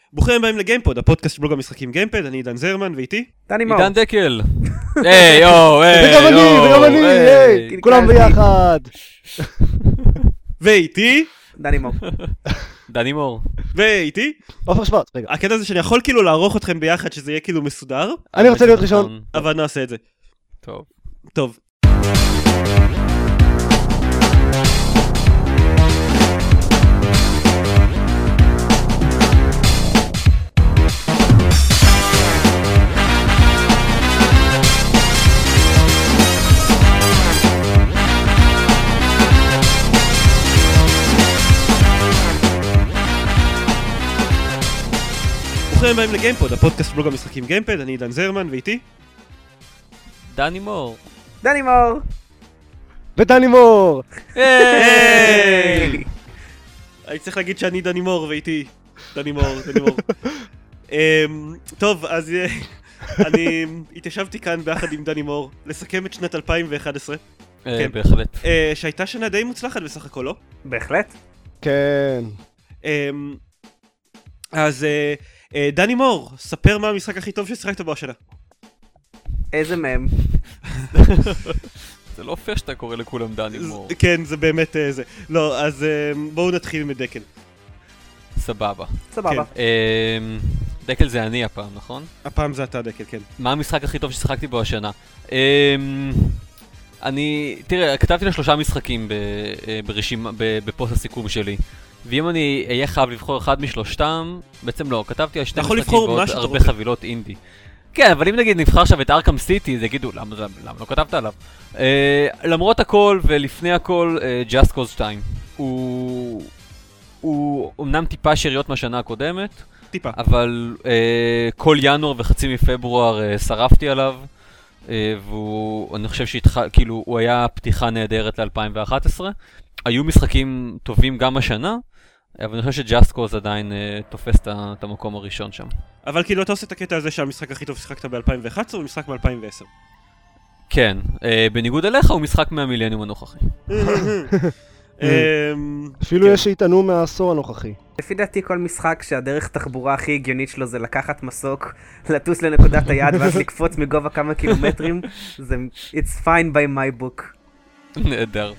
ברוכים הבאים לגיימפוד, הפודקאסט של בלוג המשחקים גיימפד, אני עידן זרמן, ואיתי? דני מאור. עידן דקל. היי, וגם אני, היי, כולם ביחד. ואיתי? דני מאור. דני מאור. ואיתי? עופר שוורץ, רגע. הקטע זה שאני יכול כאילו לערוך אתכם ביחד, שזה יהיה כאילו מסודר, אני רוצה להיות ראשון. אבל נעשה את זה. טוב. טוב. ברוכים הבאים לגיימפוד, הפודקאסט של בלוג המשחקים גיימפד, אני עידן זרמן, ואיתי? דני מאור. דני מאור. ודני מאור. היי! אני צריך להגיד שאני דני מאור, ואיתי דני מאור. טוב, אז אני התיישבתי כאן ביחד עם דני מאור, לסכם את שנת 2011. בהחלט. שהייתה שנה די מוצלחת בסך הכל, לא? בהחלט. כן. אז דני מאור, ספר מה המשחק הכי טוב ששיחקת בו השנה. איזה מהם? זה לא פייר שאתה קורא לכולם דני מאור. כן, זה באמת זה. לא, אז בואו נתחיל מדקל. סבבה. סבבה. דקל זה אני הפעם, נכון? הפעם זה אתה דקל, כן. מה המשחק הכי טוב ששיחקתי בו השנה? תראה, כתבתי לה 3 משחקים בפוסט הסיכום שלי. ואם אני אהיה חייב לבחור אחד משלושתם, בעצם לא, כתבתי על 2 משחקים ועוד הרבה חבילות אינדי. כן, אבל אם נגיד נבחר עכשיו את ארכם סיטי, אז יגידו, למה לא כתבת עליו? למרות הכל ולפני הכל, Just Cause 2. הוא אמנם טיפה שאריות מהשנה הקודמת, טיפה. אבל כל ינואר וחצי מפברואר שרפתי עליו, ואני חושב כאילו הוא היה פתיחה נהדרת ל-2011. היו משחקים טובים גם השנה, אבל אני חושב ש-Just Cause עדיין תופס את המקום הראשון שם. אבל כאילו אתה עושה את הקטע הזה שהמשחק הכי טוב ששיחקת ב-2011 הוא משחק ב-2010. כן, בניגוד אליך הוא משחק מהמילניום הנוכחי. אפילו יש שיתענו מהעשור הנוכחי. לפי דעתי כל משחק שהדרך תחבורה הכי הגיונית שלו זה לקחת מסוק, לטוס לנקודת היעד ואז לקפוץ מגובה כמה קילומטרים, זה it's fine by my book. נהדר.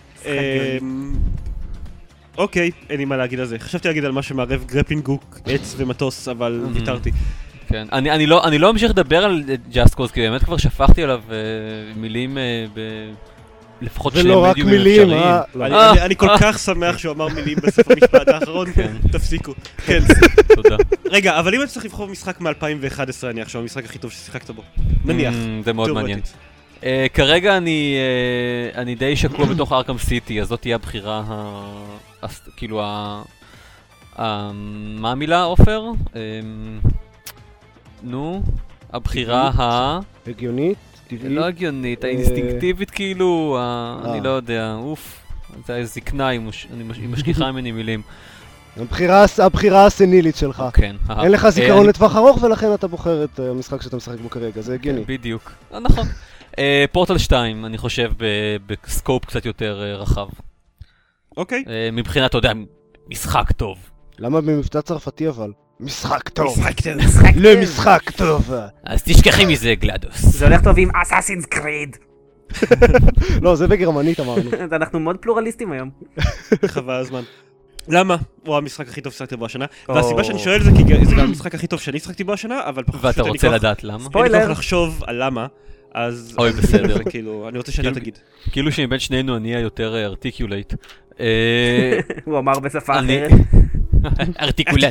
אוקיי, אין לי מה להגיד על זה. חשבתי להגיד על מה שמערב גרפלינג הוק, עץ ומטוס, אבל ויתרתי. כן, אני לא אמשיך לדבר על Just Cause, כי באמת כבר שפכתי עליו מילים לפחות שני מדיומים אפשריים. אני כל כך שמח שהוא אמר מילים בסוף המשפט האחרון, תפסיקו. כן. תודה. רגע, אבל אם אני צריך לבחור משחק מ-2011, אני עכשיו המשחק הכי טוב ששיחקת בו. נניח. זה מאוד מעניין. כרגע אני די שקוע בתוך ארכם סיטי, אז זאת תהיה הבחירה, כאילו, מה המילה, עופר? נו, הבחירה הגיונית? לא הגיונית, האינסטינקטיבית כאילו, אני לא יודע, אוף, זה זקנה, היא משכיחה ממני מילים. הבחירה הסנילית שלך. כן. אין לך זיכרון לטווח ארוך ולכן אתה בוחר את המשחק שאתה משחק בו כרגע, זה הגיוני. בדיוק, נכון. פורטל 2, אני חושב, בסקופ קצת יותר רחב. אוקיי. מבחינת, אתה יודע, משחק טוב. למה במבטא צרפתי אבל? משחק טוב. לא משחק טוב. אז תשכחי מזה, גלדוס. זה הולך טוב עם אסאסינס קריד. לא, זה בגרמנית אמרנו. אנחנו מאוד פלורליסטים היום. חבל הזמן. למה? הוא המשחק הכי טוב ששיחקתי בו השנה. והסיבה שאני שואל זה כי זה גם המשחק הכי טוב שאני שיחקתי בו השנה, אבל פשוט ואתה רוצה לדעת למה? אין לי כוח לחשוב על למה. אז... אוי, בסדר. כאילו, אני רוצה שאתה תגיד. כאילו שמבין שנינו אני היותר ארטיקולייט. הוא אמר בשפה אחרת. ארטיקולט.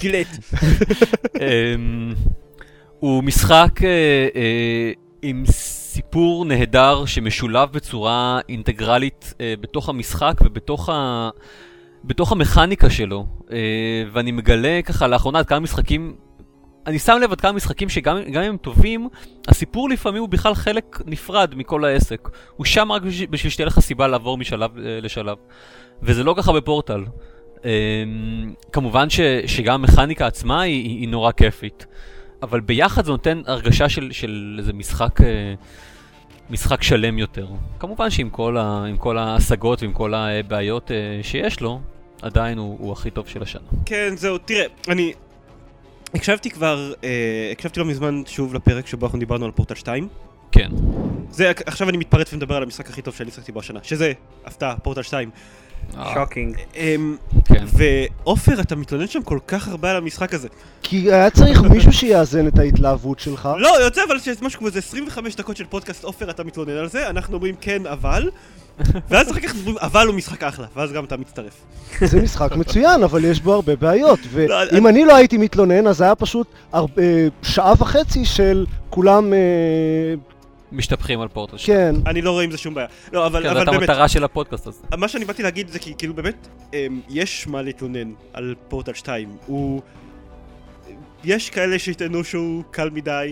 הוא משחק עם סיפור נהדר שמשולב בצורה אינטגרלית בתוך המשחק ובתוך המכניקה שלו. ואני מגלה ככה לאחרונה עד כמה משחקים, אני שם לב עד כמה משחקים שגם אם הם טובים, הסיפור לפעמים הוא בכלל חלק נפרד מכל העסק. הוא שם רק בשביל שתהיה לך סיבה לעבור משלב לשלב. וזה לא ככה בפורטל. כמובן שגם המכניקה עצמה היא נורא כיפית. אבל ביחד זה נותן הרגשה של איזה משחק שלם יותר. כמובן שעם כל ההשגות ועם כל הבעיות שיש לו, עדיין הוא הכי טוב של השנה. כן, זהו, תראה, הקשבתי לא מזמן שוב לפרק שבו אנחנו דיברנו על פורטל 2. כן. עכשיו אני מתפרץ ומדבר על המשחק הכי טוב שאני שחקתי בו השנה, שזה הפתעה, פורטל 2. שוקינג. כן. ואופר, אתה מתלונן שם כל כך הרבה על המשחק הזה. כי היה צריך מישהו שיאזן את ההתלהבות שלך. לא, יוצא אבל שיש משהו כמו איזה 25 דקות של פודקאסט, אופר, אתה מתלונן על זה, אנחנו אומרים כן, אבל, ואז אחר כך אומרים, אבל הוא משחק אחלה, ואז גם אתה מצטרף. זה משחק מצוין, אבל יש בו הרבה בעיות, ואם אני לא הייתי מתלונן, אז היה פשוט שעה וחצי של כולם... משתפכים על פורטל 2. כן. אני לא רואה עם זה שום בעיה. לא, אבל באמת... זאת המטרה של הפודקאסט הזה. מה שאני באתי להגיד זה כאילו באמת, יש מה להתלונן על פורטל 2. יש כאלה שיטענו שהוא קל מדי,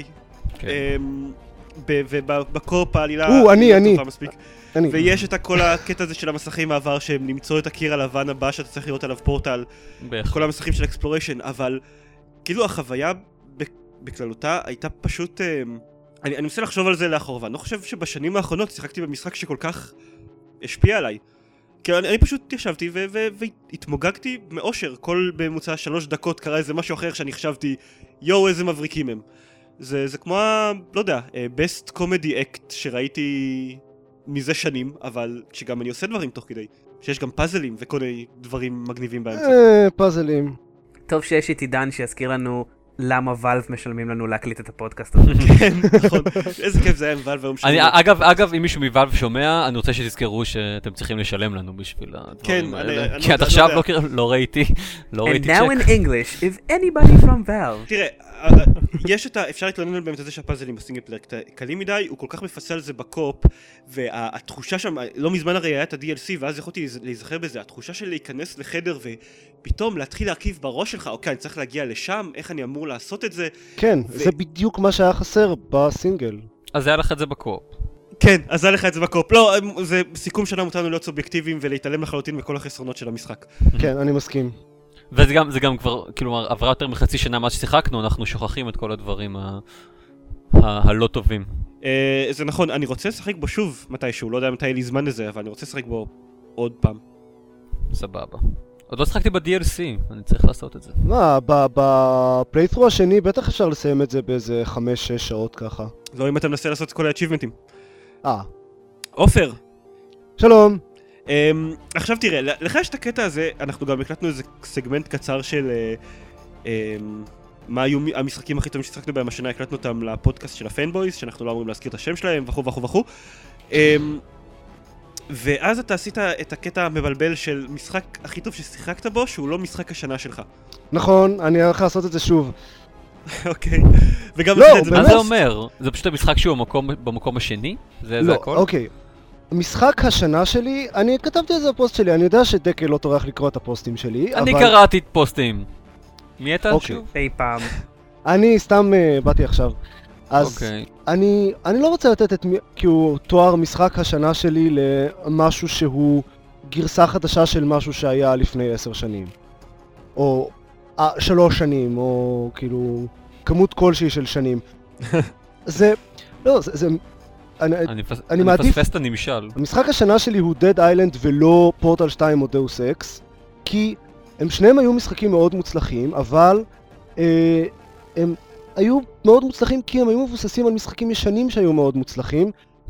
ובקורפ העלילה... אני. ויש את כל הקטע הזה של המסכים מעבר, שהם למצוא את הקיר הלבן הבא שאתה צריך לראות עליו פורטל. כל המסכים של אקספלוריישן, אבל כאילו החוויה בכללותה הייתה פשוט... אני מנסה לחשוב על זה לאחור, ואני לא חושב שבשנים האחרונות שיחקתי במשחק שכל כך השפיע עליי. כי אני פשוט ישבתי והתמוגגתי מאושר. כל בממוצע 3 דקות קרה איזה משהו אחר שאני חשבתי, יואו, איזה מבריקים הם. זה כמו, לא יודע, best comedy act שראיתי מזה שנים, אבל שגם אני עושה דברים תוך כדי. שיש גם פאזלים וכל מיני דברים מגניבים באמצע. פאזלים. טוב שיש איתי דן שיזכיר לנו למה ואלב משלמים לנו להקליט את הפודקאסט הזה. כן, נכון. איזה כיף זה היה עם ואלב היום שלנו. אגב, אם מישהו מוואלב שומע, אני רוצה שתזכרו שאתם צריכים לשלם לנו בשביל הדברים האלה. כי עד עכשיו לא ראיתי צ'ק. And now in English, if anybody from Valve. תראה, אפשר להתלונן באמת על זה שהפאזלים בסינגל פלייר קלים מדי, הוא כל כך מפסל זה בקופ, והתחושה שם, לא מזמן הרי היה את ה-DLC, ואז יכולתי להיזכר בזה, התחושה של להיכנס לחדר ופתאום להתחיל להרכיב בראש שלך, אוקיי, אני צריך להגיע לשם, איך אני אמור לעשות את זה? כן, זה בדיוק מה שהיה חסר בסינגל. אז היה לך את זה בקופ. כן, אז היה לך את זה בקופ. לא, זה סיכום שלנו אותנו להיות סובייקטיביים ולהתעלם לחלוטין מכל החסרונות של המשחק. כן, אני מסכים. וזה גם כבר, כאילו, עברה יותר מחצי שנה מאז ששיחקנו, אנחנו שוכחים את כל הדברים הלא טובים. זה נכון, אני רוצה לשחק בו שוב מתישהו, לא יודע מתי יהיה לי זמן לזה, אבל אני רוצה לשחק בו עוד פעם. סבבה. עוד לא שחקתי ב-DLC, אני צריך לעשות את זה. מה, בפליית'רו השני בטח אפשר לסיים את זה באיזה 5-6 שעות ככה. לא אם אתה מנסה לעשות את כל האצ'יבמנטים. עופר. שלום. עכשיו תראה, לך יש את הקטע הזה, אנחנו גם הקלטנו איזה סגמנט קצר של מה היו המשחקים הכי טובים ששחקנו בהם השנה, הקלטנו אותם לפודקאסט של הפנבויז, שאנחנו לא אמורים להזכיר את השם שלהם, וכו'. ואז אתה עשית את הקטע המבלבל של משחק הכי טוב ששיחקת בו, שהוא לא משחק השנה שלך. נכון, אני הולך לעשות את זה שוב. אוקיי. וגם לא, את זה מה זה אומר? זה פשוט המשחק שהוא במקום השני? זה הכל? לא, אוקיי. משחק השנה שלי, אני כתבתי את זה בפוסט שלי, אני יודע שדקל לא טורח לקרוא את הפוסטים שלי, אני קראתי את פוסטים. מי אתה שוב? אי פעם. אני סתם באתי עכשיו. אז אני לא רוצה לתת את כאילו תואר משחק השנה שלי למשהו שהוא גרסה חדשה של משהו שהיה לפני 10 שנים. או 3 שנים, או כאילו כמות כלשהי של שנים. זה, לא, זה... אני מפספס את הנמשל. המשחק השנה שלי הוא Dead Island ולא פורטל 2 או Deus Ex, כי הם שניהם היו משחקים מאוד מוצלחים, אבל הם היו מאוד מוצלחים כי הם היו מבוססים על משחקים ישנים שהיו מאוד מוצלחים,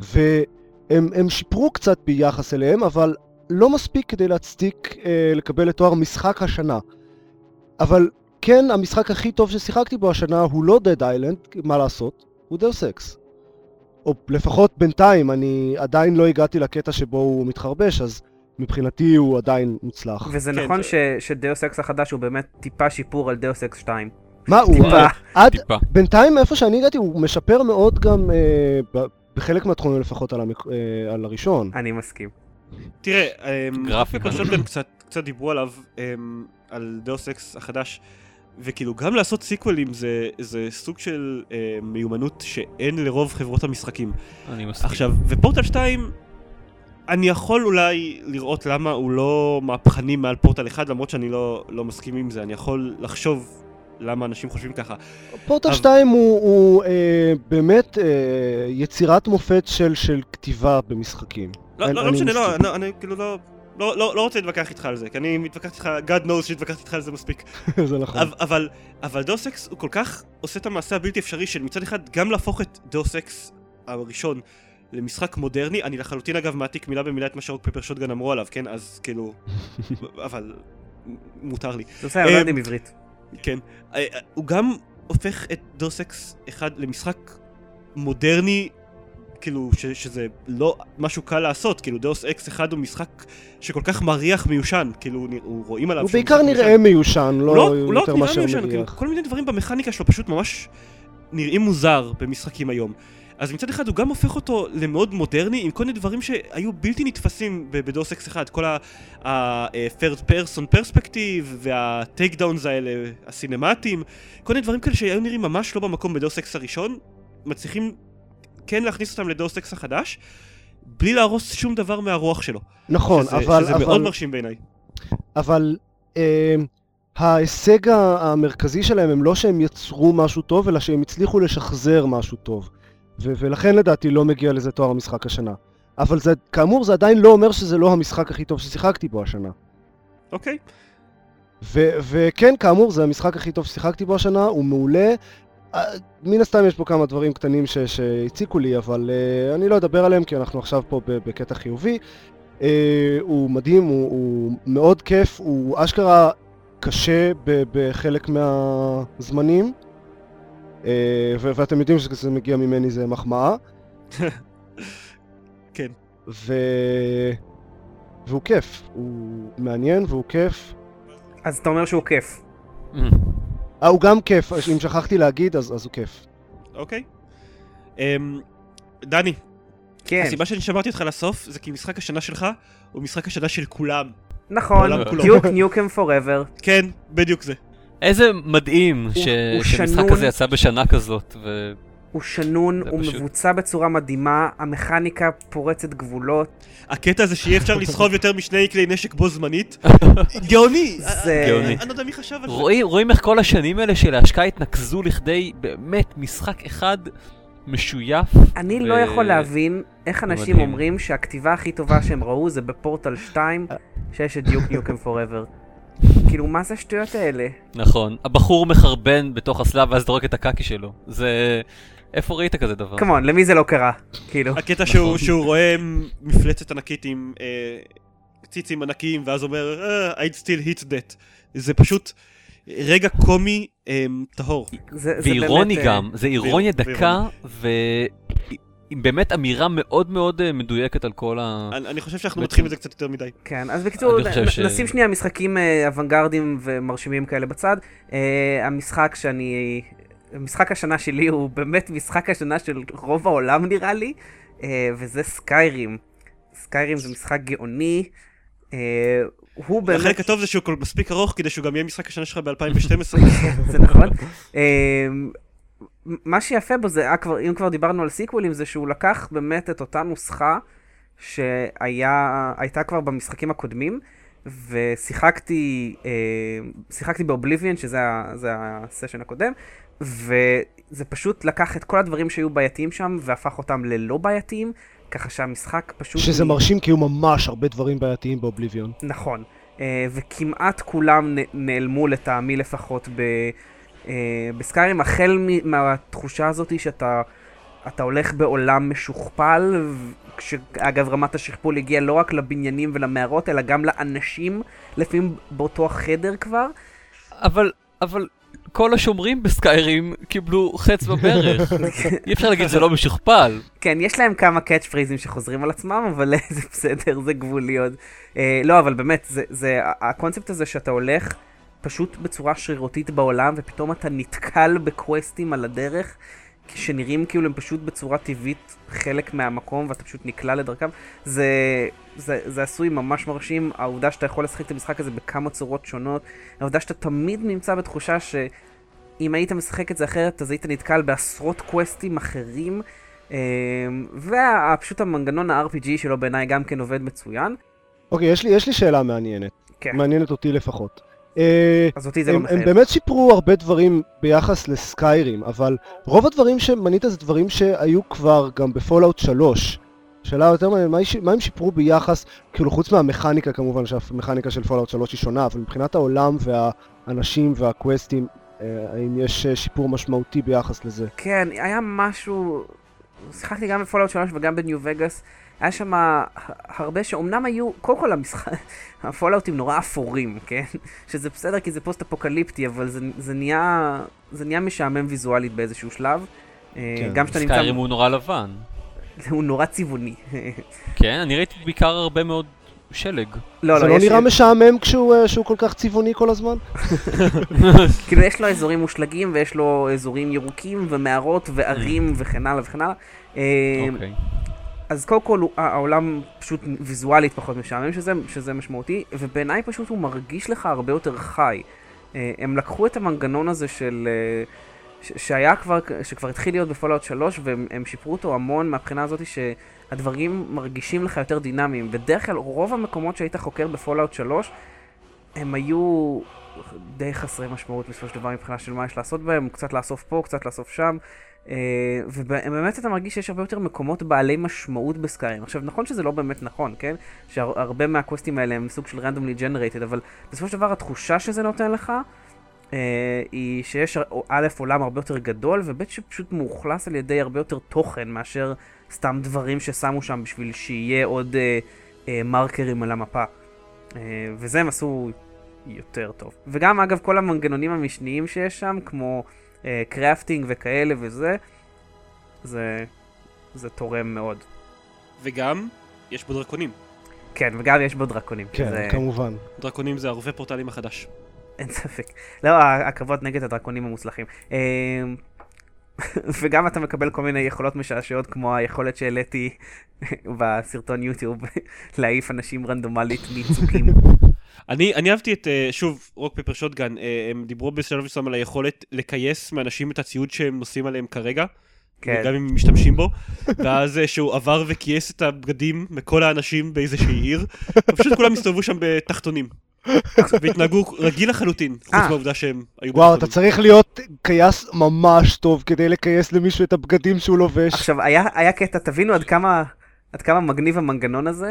והם שיפרו קצת ביחס אליהם, אבל לא מספיק כדי להצדיק לקבל את תואר משחק השנה. אבל כן, המשחק הכי טוב ששיחקתי בו השנה הוא לא Dead Island, מה לעשות? הוא Deus Ex. או לפחות בינתיים, אני עדיין לא הגעתי לקטע שבו הוא מתחרבש, אז מבחינתי הוא עדיין מוצלח. וזה נכון שדאוס אקס החדש הוא באמת טיפה שיפור על דאוס אקס 2. מה הוא? טיפה. בינתיים איפה שאני הגעתי הוא משפר מאוד גם בחלק מהתחומים לפחות על הראשון. אני מסכים. תראה, פשוט גם קצת דיברו עליו, על דאוס אקס החדש, וכאילו גם לעשות סיקוולים זה סוג של מיומנות שאין לרוב חברות המשחקים. אני מסכים. עכשיו, ופורטל 2, אני יכול אולי לראות למה הוא לא מהפכני מעל פורטל 1, למרות שאני לא מסכים עם זה. אני יכול לחשוב למה אנשים חושבים ככה. פורטל 2 הוא באמת יצירת מופת של כתיבה במשחקים. לא משנה, אני כאילו לא רוצה להתווכח איתך על זה, כי אני מתווכח איתך, God knows שהתווכחתי איתך על זה מספיק. זה נכון. אבל דאוס אקס הוא כל כך עושה את המעשה הבלתי אפשרי של מצד אחד גם להפוך את דאוס אקס הראשון למשחק מודרני. אני לחלוטין אגב מעתיק מילה במילה את מה שרוק פפר שוטגן אמרו עליו, כן? אז כאילו... אבל... מותר לי. זה עושה, לא יודעים עברית. כן. הוא גם הופך את דאוס אקס אחד למשחק מודרני, כאילו שזה לא משהו קל לעשות, כאילו דאוס אקס אחד הוא משחק שכל כך מריח מיושן, כאילו הוא רואים עליו... הוא בעיקר נראה מיושן, לא יותר מאשר מריח. כל מיני דברים במכניקה שלו פשוט ממש נראים מוזר במשחקים היום. אז מצד אחד הוא גם הופך אותו למאוד מודרני, עם כל מיני דברים שהיו בלתי נתפסים בדאוס אקס אחד, כל ה-third person perspective וה-take downs האלה, הסינמטיים, כל מיני דברים כאלה שהיו נראים ממש לא במקום בדאוס אקס הראשון, מצליחים כן להכניס אותם לדאוס אקס החדש, בלי להרוס שום דבר מהרוח שלו. נכון, שזה מאוד מרשים בעיניי. אבל ההישג המרכזי שלהם הם לא שהם יצרו משהו טוב, אלא שהם הצליחו לשחזר משהו טוב. ולכן לדעתי לא מגיע לזה תואר המשחק השנה. אבל זה, כאמור, זה עדיין לא אומר שזה לא המשחק הכי טוב ששיחקתי בו השנה. אוקיי. וכן, כאמור, זה המשחק הכי טוב ששיחקתי בו השנה, הוא מעולה. מן הסתם יש פה כמה דברים קטנים שהציקו לי, אבל אני לא אדבר עליהם כי אנחנו עכשיו פה בקטע חיובי. הוא מדהים, הוא מאוד כיף, הוא אשכרה קשה בחלק מהזמנים. ואתם יודעים שזה מגיע ממני, זה מחמאה. כן. והוא כיף, הוא מעניין והוא כיף. אז אתה אומר שהוא כיף. הוא גם כיף, אם שכחתי להגיד אז הוא כיף. אוקיי. דני. כן. הסיבה שאני שמרתי אותך לסוף זה כי משחק השנה שלך הוא משחק השנה של כולם. נכון, דיוק ניוקם פוראבר. כן, בדיוק זה. איזה מדהים שמשחק הזה יצא בשנה כזאת. הוא שנון, הוא מבוצע בצורה מדהימה, המכניקה פורצת גבולות. הקטע הזה שיהיה אפשר לסחוב יותר משני כלי נשק בו זמנית, גאוני! גאוני. אני לא יודע מי חשב על זה. רואים איך כל השנים האלה של ההשקעה התנקזו לכדי באמת משחק אחד משויף. אני לא יכול להבין איך אנשים אומרים שהכתיבה הכי טובה שהם ראו זה בפורטל 2, שיש את דיוק ניוקם פוראבר. כאילו, מה זה השטויות האלה? נכון. הבחור מחרבן בתוך הסלב ואז דורק את הקקי שלו. זה... איפה ראית כזה דבר? כמון, למי זה לא קרה? כאילו. הקטע שהוא רואה מפלצת ענקית עם ציצים ענקיים, ואז אומר, I'd still hit that. זה פשוט רגע קומי טהור. ואירוני גם. זה אירוניה דקה, עם באמת אמירה מאוד מאוד מדויקת על כל אני חושב שאנחנו מתחילים את זה קצת יותר מדי. כן, אז בקיצור, נשים שנייה משחקים אוונגרדים ומרשימים כאלה בצד. המשחק השנה שלי הוא באמת משחק השנה של רוב העולם נראה לי, וזה סקיירים. סקיירים זה משחק גאוני. החלק הטוב זה שהוא מספיק ארוך כדי שהוא גם יהיה משחק השנה שלך ב-2012. זה נכון. מה שיפה בו זה, אם כבר דיברנו על סיקוולים, זה שהוא לקח באמת את אותה נוסחה שהייתה כבר במשחקים הקודמים, ושיחקתי באובליביון, שזה הסשן הקודם, וזה פשוט לקח את כל הדברים שהיו בעייתיים שם, והפך אותם ללא בעייתיים, ככה שהמשחק פשוט... שזה מרשים כי הוא ממש הרבה דברים בעייתיים באובליביון. נכון, וכמעט כולם נעלמו לטעמי לפחות בסקיירים, החל מהתחושה הזאת שאתה הולך בעולם משוכפל, כשאגב רמת השכפול הגיעה לא רק לבניינים ולמערות, אלא גם לאנשים, לפעמים באותו החדר כבר. אבל כל השומרים בסקיירים קיבלו חץ בברך. אי אפשר להגיד זה לא משוכפל. כן, יש להם כמה קאץ' פרייזים שחוזרים על עצמם, אבל זה בסדר, זה גבולי עוד. לא, אבל באמת, זה הקונספט הזה שאתה הולך פשוט בצורה שרירותית בעולם, ופתאום אתה נתקל בקווסטים על הדרך, שנראים כאילו הם פשוט בצורה טבעית חלק מהמקום, ואתה פשוט נקלע לדרכם. זה עשוי ממש מרשים, העובדה שאתה יכול לשחק את המשחק הזה בכמה צורות שונות, העובדה שאתה תמיד נמצא בתחושה שאם היית משחק את זה אחרת, אז היית נתקל בעשרות קווסטים אחרים, ופשוט המנגנון ה-RPG שלו בעיניי גם כן עובד מצוין. אוקיי, יש לי שאלה מעניינת. כן. מעניינת אותי לפחות. אז אותי זה לא מחייב. הם באמת שיפרו הרבה דברים ביחס לסקיירים, אבל רוב הדברים שמנית זה דברים שהיו כבר גם בפולאוט 3. שאלה יותר מעניין, מה הם שיפרו ביחס, כאילו חוץ מהמכניקה כמובן, שהמכניקה של פולאאוט 3 היא שונה, אבל מבחינת העולם והאנשים והקווסטים, האם יש שיפור משמעותי ביחס לזה? כן, היה משהו, שיחקתי גם בפולאאוט 3 וגם בניו וגאס, היה שם הרבה שאומנם היו, קודם כל הפולאאוטים נורא אפורים, כן? שזה בסדר כי זה פוסט-אפוקליפטי, אבל זה נהיה משעמם ויזואלית באיזשהו שלב. כן, סקיירים הוא נורא לבן. הוא נורא צבעוני. כן, אני ראיתי בעיקר הרבה מאוד שלג. זה לא נראה משעמם כשהוא כל כך צבעוני כל הזמן? כאילו יש לו אזורים מושלגים ויש לו אזורים ירוקים ומערות וערים וכן הלאה וכן הלאה. אוקיי. אז קודם כל העולם פשוט ויזואלית פחות משעמם, שזה משמעותי, ובעיניי פשוט הוא מרגיש לך הרבה יותר חי. הם לקחו את המנגנון הזה שכבר התחיל להיות בפולאאוט 3, והם שיפרו אותו המון מהבחינה הזאת שהדברים מרגישים לך יותר דינמיים. בדרך כלל רוב המקומות שהיית חוקר בפולאאוט 3, הם היו די חסרי משמעות בסופו של דבר מבחינה של מה יש לעשות בהם, קצת לאסוף פה, קצת לאסוף שם. ובאמת אתה מרגיש שיש הרבה יותר מקומות בעלי משמעות בסקיירים. עכשיו, נכון שזה לא באמת נכון, כן? שהרבה מהקווסטים האלה הם סוג של randomly generated, אבל בסופו של דבר התחושה שזה נותן לך היא שיש א' עולם הרבה יותר גדול, וב' שפשוט מאוכלס על ידי הרבה יותר תוכן מאשר סתם דברים ששמו שם בשביל שיהיה עוד מרקרים על המפה. וזה הם עשו יותר טוב. וגם אגב כל המנגנונים המשניים שיש שם, כמו קראפטינג וכאלה וזה, זה תורם מאוד. וגם יש בו דרקונים. כן, וגם יש בו דרקונים. כן, כמובן. דרקונים זה ערבי פורטלים החדש. אין ספק. לא, הקרבות נגד הדרקונים המוצלחים. וגם אתה מקבל כל מיני יכולות משעשעות, כמו היכולת שהעליתי בסרטון יוטיוב, להעיף אנשים רנדומלית מצוקים. אני אהבתי את, שוב, רוק פפר שוטגן, הם דיברו בשלב מסוים על היכולת לקייס מאנשים את הציוד שהם נוסעים עליהם כרגע, וגם אם הם משתמשים בו, ואז שהוא עבר וקייס את הבגדים מכל האנשים באיזושהי עיר, ופשוט כולם הסתובבו שם בתחתונים, והתנהגו רגיל לחלוטין, חוץ מהעובדה שהם היו בתחתונים. וואו, אתה צריך להיות קייס ממש טוב כדי לקייס למישהו את הבגדים שהוא לובש. עכשיו, היה קטע, תבינו עד כמה מגניב המנגנון הזה.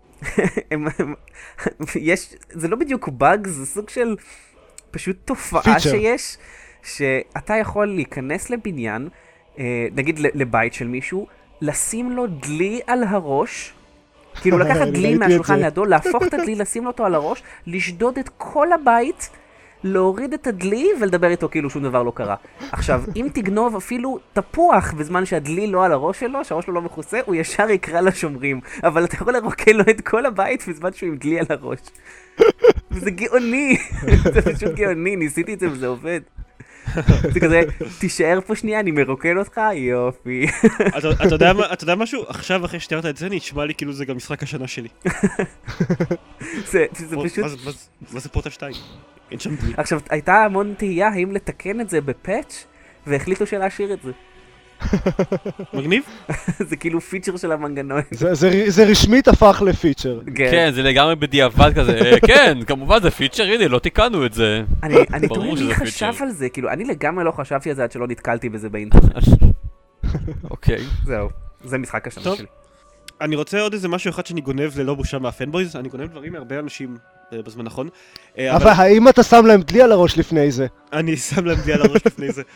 זה לא בדיוק באג, זה סוג של פשוט תופעה שיש, שאתה יכול להיכנס לבניין, נגיד לבית של מישהו, לשים לו דלי על הראש, כאילו לקחת דלי מהשולחן לידו, להפוך את הדלי, לשים לו אותו על הראש, לשדוד את כל הבית, להוריד את הדלי ולדבר איתו כאילו שום דבר לא קרה. עכשיו, אם תגנוב אפילו תפוח בזמן שהדלי לא על הראש שלו, שהראש שלו לא מכוסה, הוא ישר יקרא לשומרים. אבל אתה יכול לרוקן לו את כל הבית בזמן שהוא עם דלי על הראש. וזה גאוני. זה פשוט גאוני, ניסיתי את זה וזה עובד. זה כזה, תישאר פה שנייה, אני מרוקן אותך, יופי. אתה יודע משהו? עכשיו אחרי שתיארת את זה, נשמע לי כאילו זה גם משחק השנה שלי. זה פשוט... מה זה פורטל 2? אין שם דלי. עכשיו, הייתה המון תהייה האם לתקן את זה בפאץ' והחליטו שלהשאיר את זה. מגניב? זה כאילו פיצ'ר של המנגנון. זה רשמית הפך לפיצ'ר. כן, זה לגמרי בדיעבד כזה. כן, כמובן זה פיצ'ר, הנה, לא תיקנו את זה. אני תמיד מי חשב על זה, כאילו, אני לגמרי לא חשבתי על זה עד שלא נתקלתי בזה באינטרנט. אוקיי. זהו, זה משחק השנה שלי. אני רוצה עוד איזה משהו אחד שאני גונב ללא בושה מהפנבויז, אני גונב דברים מהרבה אנשים בזמן נכון. אבל האם אתה שם להם דלי על הראש לפני זה? אני שם להם דלי על הראש לפני זה.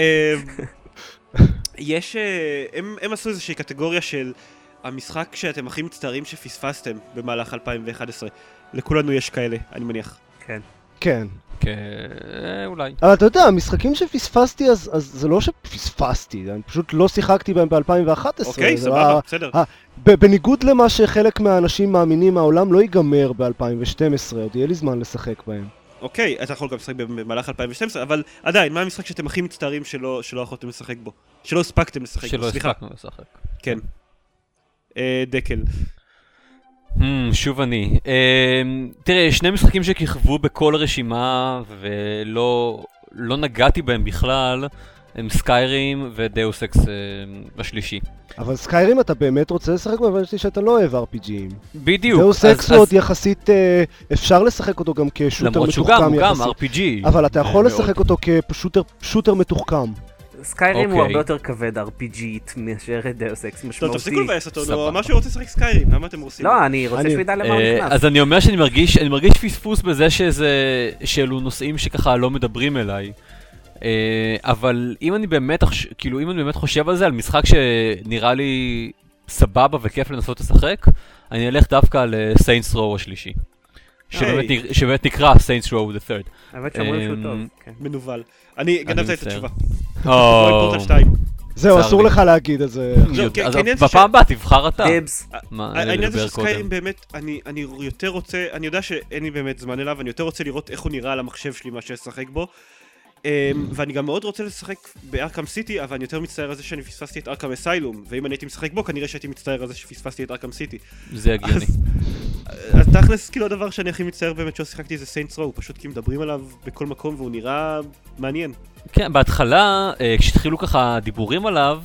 הם עשו איזושהי קטגוריה של המשחק שאתם הכי מצטערים שפספסתם במהלך 2011. לכולנו יש כאלה, אני מניח. כן. כן. אולי. אבל אתה יודע, המשחקים שפספסתי, אז זה לא שפספסתי, אני פשוט לא שיחקתי בהם ב-2011. אוקיי, סבבה, בסדר. בניגוד למה שחלק מהאנשים מאמינים, העולם לא ייגמר ב-2012, עוד יהיה לי זמן לשחק בהם. אוקיי, אתה יכול גם לשחק במהלך 2012, אבל עדיין, מה המשחק שאתם הכי מצטערים שלא יכולתם לשחק בו? שלא הספקתם לשחק בו, סליחה. שלא הספקנו לשחק. כן. דקל. שוב אני. תראה, שני משחקים שכיכבו בכל רשימה ולא נגעתי בהם בכלל, הם סקיירים ודאוס אקס השלישי. אבל סקיירים אתה באמת רוצה לשחק בו, אבל יש לי שאתה לא אוהב RPG'ים. בדיוק. דאוס אקס עוד יחסית, אפשר לשחק אותו גם כשוטר מתוחכם יחסית. למרות שהוא גם RPG. אבל אתה יכול לשחק אותו כשוטר מתוחכם. סקיירים הוא הרבה יותר כבד RPGית מאשר דאוס אקס משמעותי. טוב, תפסיקו לבאס אותו, הוא ממש רוצה לשחק סקיירים, למה אתם עושים? לא, אני רוצה שהוא ידע למה הוא נכנס. אז אני אומר שאני מרגיש פספוס בזה שאלו נושאים שככה לא מדברים אליי. אבל אם אני באמת חושב על זה, על משחק שנראה לי סבבה וכיף לנסות לשחק, אני אלך דווקא לסיינטס רו השלישי. שבאמת נקרא סיינטס רו the third. האמת שאומרים שהוא טוב. מנוול. אני גנבתי את התשובה. פורטל 2. זהו, אסור לך להגיד את זה. בפעם הבאה תבחר אתה. העניין הזה של סקיירים באמת, אני יותר רוצה, אני יודע שאין לי באמת זמן אליו, אני יותר רוצה לראות איך הוא נראה על המחשב שלי מאשר לשחק בו. ואני גם מאוד רוצה לשחק בארקם סיטי, אבל אני יותר מצטער על זה שאני פספסתי את ארקם אסיילום, ואם אני הייתי משחק בו, כנראה שהייתי מצטער על זה שפספסתי את ארקם סיטי. זה הגיוני. אז תכלס, כאילו הדבר שאני הכי מצטער באמת שלא שיחקתי זה סיינטס רו, פשוט כי מדברים עליו בכל מקום והוא נראה מעניין. כן, בהתחלה, כשהתחילו ככה דיבורים עליו,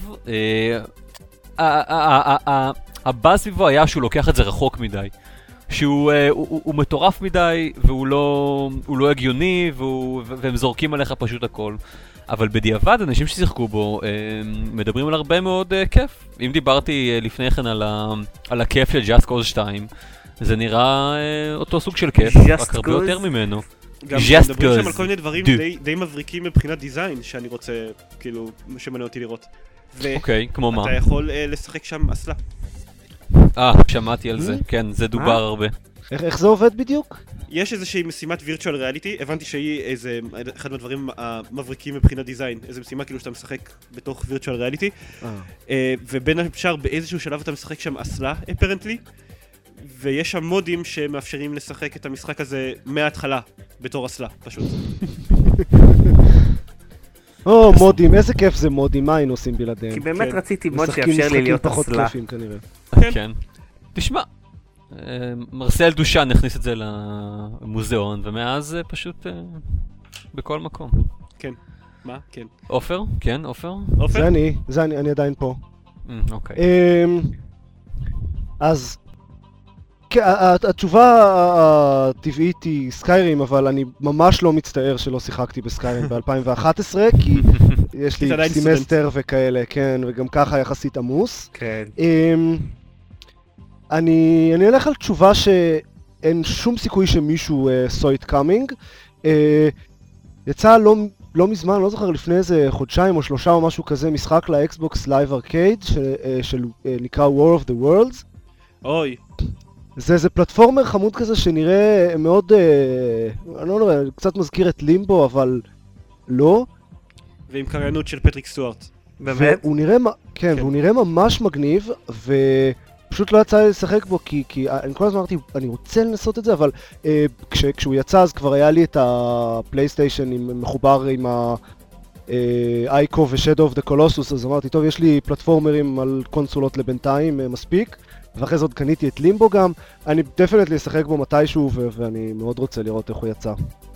הבאז סביבו היה שהוא לוקח את זה רחוק מדי. שהוא מטורף מדי, והוא לא הגיוני, והם זורקים עליך פשוט הכל. אבל בדיעבד, אנשים ששיחקו בו, מדברים על הרבה מאוד כיף. אם דיברתי לפני כן על הכיף של Just Cause 2, זה נראה אותו סוג של כיף, רק הרבה יותר ממנו. גם מדברים שם על כל מיני דברים די מבריקים מבחינת דיזיין, שאני רוצה, כאילו, שמעניין אותי לראות. אוקיי, כמו מה? ואתה יכול לשחק שם אסלה. שמעתי על זה, כן, זה דובר הרבה. איך זה עובד בדיוק? יש איזושהי משימת וירטואל ריאליטי, הבנתי שהיא איזה אחד מהדברים המבריקים מבחינת דיזיין, איזו משימה כאילו שאתה משחק בתוך וירטואל ריאליטי, ובין השאר באיזשהו שלב אתה משחק שם אסלה, אפרנטלי, ויש שם מודים שמאפשרים לשחק את המשחק הזה מההתחלה, בתור אסלה, פשוט. מודים, איזה כיף זה מודים, מה היינו עושים בלעדיהם? כי באמת רציתי מוד שיאפשר לי להיות אסלה. כן. תשמע, מרסל דושן הכניס את זה למוזיאון, ומאז פשוט בכל מקום. כן. מה? כן. אופר? כן, אופר? זה אני עדיין פה. אוקיי. אז התשובה הטבעית היא סקיירים, אבל אני ממש לא מצטער שלא שיחקתי בסקיירים ב-2011, כי יש לי סמסטר וכאלה, כן, וגם ככה יחסית עמוס. כן. אני אלך על תשובה שאין שום סיכוי שמישהו saw it coming. יצא לא מזמן, לא זוכר, לפני איזה חודשיים או 3 או משהו כזה, משחק לאקסבוקס לייב ארקייד, שנקרא War of the Worlds. אוי. זה פלטפורמר חמוד כזה שנראה מאוד, אני לא יודע, קצת מזכיר את לימבו, אבל לא. ועם קריינות של פטריק סטוארט. באמת? כן, והוא נראה ממש מגניב, ופשוט לא יצא לי לשחק בו, כי אני כל הזמן אמרתי, אני רוצה לנסות את זה, אבל כשהוא יצא אז כבר היה לי את הפלייסטיישן מחובר עם אייקו ושדו אוף דה קולוסוס, אז אמרתי, טוב, יש לי פלטפורמרים על קונסולות לבינתיים, מספיק. ואחרי זה עוד קניתי את לימבו גם, אני דפנטלי אשחק בו מתישהו, ואני מאוד רוצה לראות איך הוא יצא.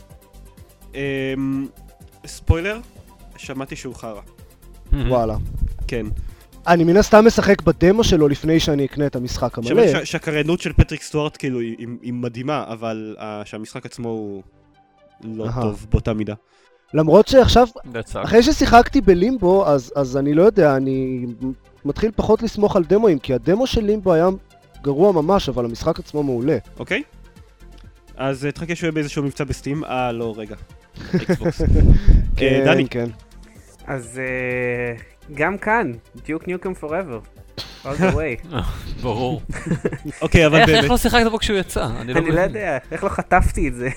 ספוילר, שמעתי שהוא חרא. וואלה. כן. אני מן הסתם משחק בדמו שלו לפני שאני אקנה את המשחק המלא. שמעתי שהקריינות של פטריק סטוארט כאילו היא מדהימה, אבל שהמשחק עצמו הוא לא טוב באותה מידה. למרות שעכשיו, אחרי ששיחקתי בלימבו, אז אני לא יודע, אני מתחיל פחות לסמוך על דמוים, כי הדמו של לימבו היה גרוע ממש, אבל המשחק עצמו מעולה. אוקיי. אז תחכה שהוא יהיה באיזשהו מבצע בסטים. לא, רגע. אקסבוקס. דני. כן. אז גם כאן, Duke Nukem Forever. all the way. ברור. אוקיי, אבל באמת. איך לא שיחקת בו כשהוא יצא? אני לא יודע, איך לא חטפתי את זה.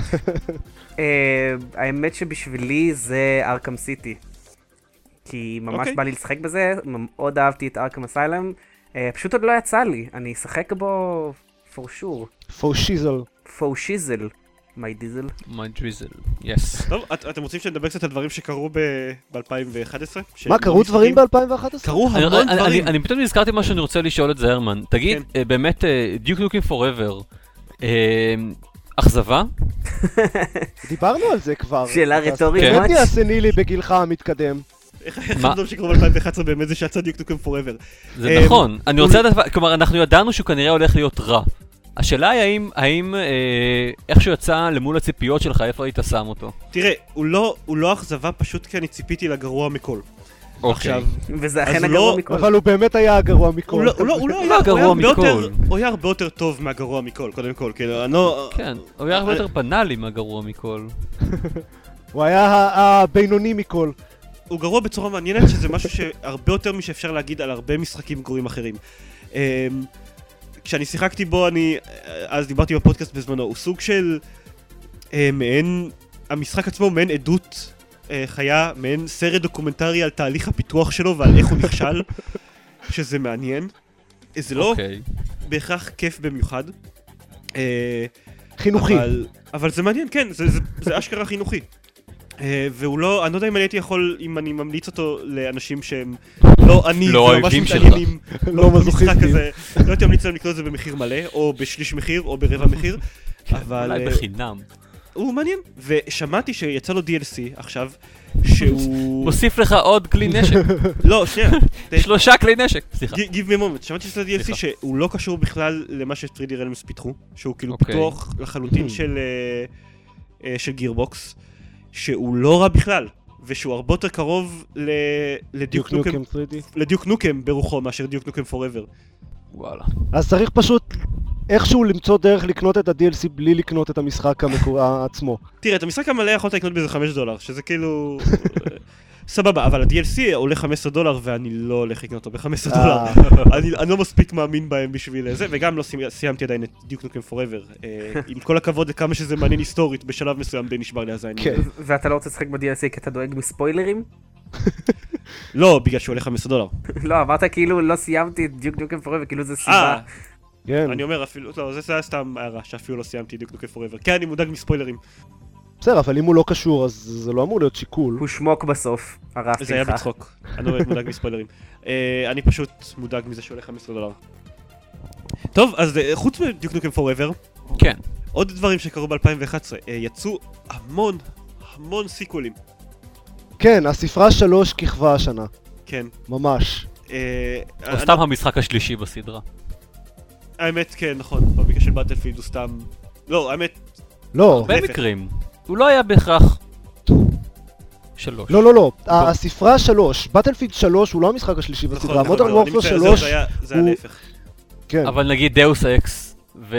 האמת שבשבילי זה ארקם סיטי. כי ממש בא לי לשחק בזה, מאוד אהבתי את ארקם אסיילם. פשוט עוד לא יצא לי, אני אשחק בו for sure. for shizzle. my diesel. my drizzle, yes. טוב, אתם רוצים שנדבר קצת על דברים שקרו ב-2011? מה, קרו דברים ב-2011? קרו המון דברים. אני פתאום נזכרתי מה שאני רוצה לשאול את זה, הרמן. תגיד, באמת, Duke Nukem Forever, אכזבה? דיברנו על זה כבר. שאלה רטורית. מה תעשני לי בגילך המתקדם? איך הדברים שקרו ב-2011 באמת זה שיצא Duke Nukem Forever? זה נכון. אני רוצה לדעת, כלומר, אנחנו ידענו שהוא כנראה הולך להיות רע. השאלה היא האם איכשהו יצא למול הציפיות שלך, איפה היית שם אותו? תראה, הוא לא אכזבה פשוט כי אני ציפיתי לגרוע מכל. אוקיי. וזה אכן הגרוע מכל. אבל הוא באמת היה הגרוע מכל. הוא לא היה הגרוע מכל. הוא היה הרבה יותר טוב מהגרוע מכל, קודם כל. כן, הוא היה הרבה יותר בנאלי מהגרוע מכל. הוא היה הבינוני מכל. הוא גרוע בצורה מעניינת, שזה משהו שהרבה יותר משאפשר להגיד על הרבה משחקים גרועים אחרים. כשאני שיחקתי בו, אז דיברתי בפודקאסט בזמנו, הוא סוג של מעין, המשחק עצמו מעין עדות חיה, מעין סרט דוקומנטרי על תהליך הפיתוח שלו ועל איך הוא נכשל, שזה מעניין. זה לא בהכרח כיף במיוחד. חינוכי. אבל זה מעניין, כן, זה אשכרה חינוכי. והוא לא, אני לא יודע אם אני הייתי יכול, אם אני ממליץ אותו לאנשים שהם לא עני, לא אוהבים שלך. לא מזוכיסטים. לא הייתי ממליץ להם לקנות את זה במחיר מלא, או בשליש מחיר, או ברבע מחיר, אבל... אולי בחינם. הוא מעניין, ושמעתי שיצא לו DLC עכשיו, שהוא... מוסיף לך עוד כלי נשק. לא, שנייה. 3 כלי נשק, סליחה. Give me a moment, שמעתי שיצא DLC שהוא לא קשור בכלל למה ש3D Realms פיתחו, שהוא כאילו פיתוח לחלוטין של גירבוקס. שהוא לא רע בכלל, ושהוא הרבה יותר קרוב לדיוק נוקם ברוחו מאשר דיוק נוקם פוראבר. וואלה. אז צריך פשוט איכשהו למצוא דרך לקנות את ה-DLC בלי לקנות את המשחק עצמו. תראה, את המשחק המלא יכולת לקנות בזה $5, שזה כאילו... סבבה, אבל ה-DLC עולה $15 ואני לא הולך לקנות אותו ב$15. אני לא מספיק מאמין בהם בשביל זה, וגם לא סיימתי עדיין את דיוק נוקם פוראבר. עם כל הכבוד לכמה שזה מעניין היסטורית, בשלב מסוים די נשבר לי הזין. ואתה לא רוצה לשחק ב-DLC כי אתה דואג מספוילרים? לא, בגלל שהוא עולה $15. לא, אמרת כאילו לא סיימתי את דיוק נוקם פוראבר, כאילו זה סיבה. אני אומר אפילו, לא, זה היה סתם הערה שאפילו לא סיימתי דיוק נוקם פוראבר. כן, אני מודאג מספוילרים. בסדר, אבל אם הוא לא קשור, אז זה לא אמור להיות שיקול. הוא שמוק בסוף, הרסתי לך. זה היה בצחוק, אני לא מודאג מספוילרים. אני פשוט מודאג מזה שעולה $15. טוב, אז חוץ מדיוק נוקם פוראבר, כן. עוד דברים שקרו ב-2011, יצאו המון סיקוולים. כן, הספרה 3 כיכבה השנה. כן. ממש. או סתם המשחק השלישי בסדרה. האמת, כן, נכון, במקרה של באטלפילד הוא סתם... לא, האמת... לא. במקרים. הוא לא היה בהכרח 3. לא. הספרה 3, באטלפילד 3 הוא לא המשחק השלישי בסדרה. מודרן וורפר 3 זה הלהפך. כן. אבל נגיד דאוס אקס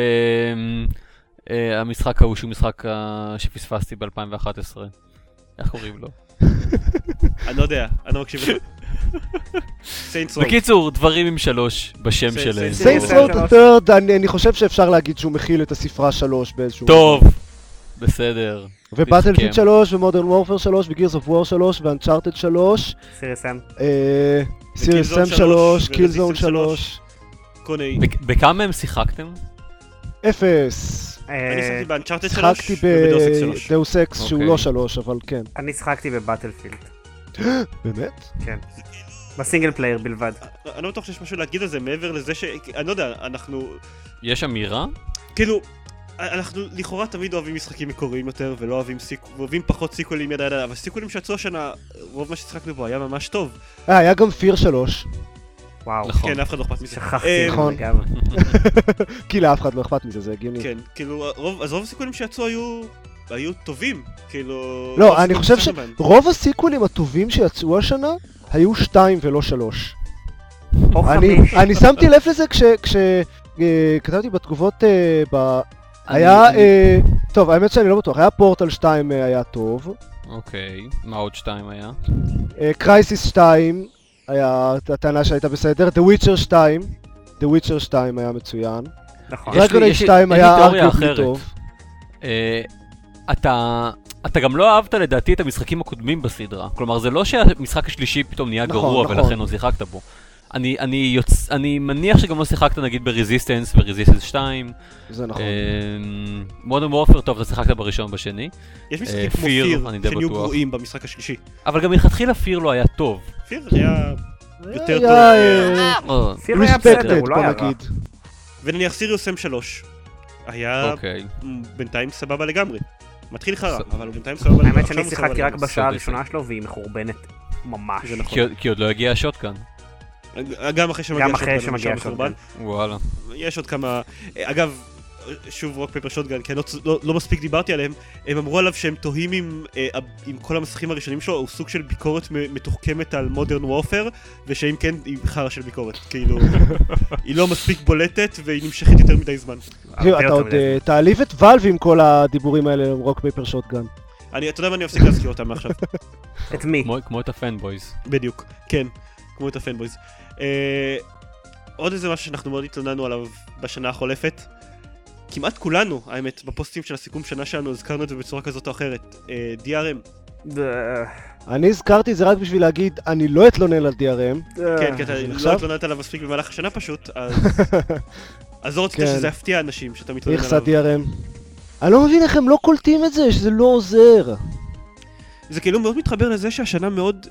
והמשחק ההוא שהוא משחק שפספסתי ב-2011. איך קוראים לו? אני לא יודע, אני לא מקשיב לך. בקיצור, דברים עם 3 בשם שלהם. Saints Row the Third, אני חושב שאפשר להגיד שהוא מכיל את הספרה 3 באיזשהו... טוב, בסדר. ובאטלפילד 3, ומודרן וורפר 3, וגירס אוף וור 3, ואנצ'ארטד 3. סיריוס סם 3, קילזון 3. בכמה מהם שיחקתם? 0. אני שיחקתי באנצ'ארטד 3 שיחקתי ובדאוס בדאוס אקס שהוא לא 3, אבל כן. אני שיחקתי בבאטלפילד. באמת? כן. בסינגל פלייר בלבד. אני לא בטוח שיש משהו להגיד על זה מעבר לזה ש... אני לא יודע, אנחנו... יש אמירה? כאילו, אנחנו לכאורה תמיד אוהבים משחקים מקוריים יותר ולא אוהבים פחות סיקולים ידע, אבל סיקולים שיצאו השנה, רוב מה ששיחקנו בו היה ממש טוב. היה גם פיר 3. וואו. כן, אף אחד לא אכפת מזה. שכחתי. נכון. כי לאף אחד לא אכפת מזה, זה הגיוני. כן, כאילו, אז רוב הסיקולים שיצאו היו טובים, כאילו... לא, אני חושב שרוב הסיקולים הטובים שיצאו השנה היו 2 ולא 3. או 5. אני שמתי לב לזה כשכתבתי בתגובות היה... טוב, האמת שאני לא בטוח, היה פורטל 2 היה טוב. אוקיי, מה עוד 2 היה? קרייסיס 2 היה הטענה שהייתה בסדר, The Witcher 2 The Witcher 2 היה מצוין. נכון. Dragon Age 2 היה ארקיובלי טוב. אתה גם לא אהבת לדעתי את המשחקים הקודמים בסדרה. כלומר, זה לא שהמשחק השלישי פתאום נהיה גרוע ולכן לא שיחקת בו. אני מניח שגם לא שיחקת נגיד ברזיסטנס ורזיסטנס 2. זה נכון. מודרן וורפר טוב, אתה שיחקת בראשון בשני. יש משחקים כמו פיר שנהיו גרועים במשחק השלישי. אבל גם מלכתחילה פיר לא היה טוב. פיר היה יותר טוב. פיר היה בסדר, הוא לא היה רע. ונניח סיריוס סם 3 היה בינתיים סבבה לגמרי. מתחיל לך רע, אבל בינתיים סבבה לגמרי. האמת שאני שיחקתי רק בשעה הראשונה שלו והיא מחורבנת ממש. כי עוד לא הגיע השוטקן. גם אחרי שמגיע שוטקן. וואלה. יש עוד כמה... אגב, שוב רוק פייפר שוטגן, כי אני לא מספיק דיברתי עליהם, הם אמרו עליו שהם תוהים עם כל המסכים הראשונים שלו, הוא סוג של ביקורת מתוחכמת על מודרן וורפר, ושאם כן, היא חרא של ביקורת, כאילו, היא לא מספיק בולטת, והיא נמשכת יותר מדי זמן. אתה עוד תעליב את ואלב עם כל הדיבורים האלה, רוק פייפר שוטגן. אתה יודע מה, אני אפסיק להזכיר אותם מעכשיו. את מי? כמו את הפנבויז. בדיוק, כן, כמו את הפנבויז. עוד איזה משהו שאנחנו מאוד התלוננו עליו בשנה החולפת, כמעט כולנו, האמת, בפוסטים של הסיכום שנה שלנו, הזכרנו את זה בצורה כזאת או אחרת. DRM. אני הזכרתי את זה רק בשביל להגיד, אני לא אתלונן על DRM. כן, כי אתה לא התלוננת עליו מספיק במהלך השנה פשוט, אז לא רצית שזה יפתיע אנשים שאתה מתלונן עליו. איך זה DRM? אני לא מבין איך הם לא קולטים את זה, שזה לא עוזר. זה כאילו מאוד מתחבר לזה שהשנה מאוד,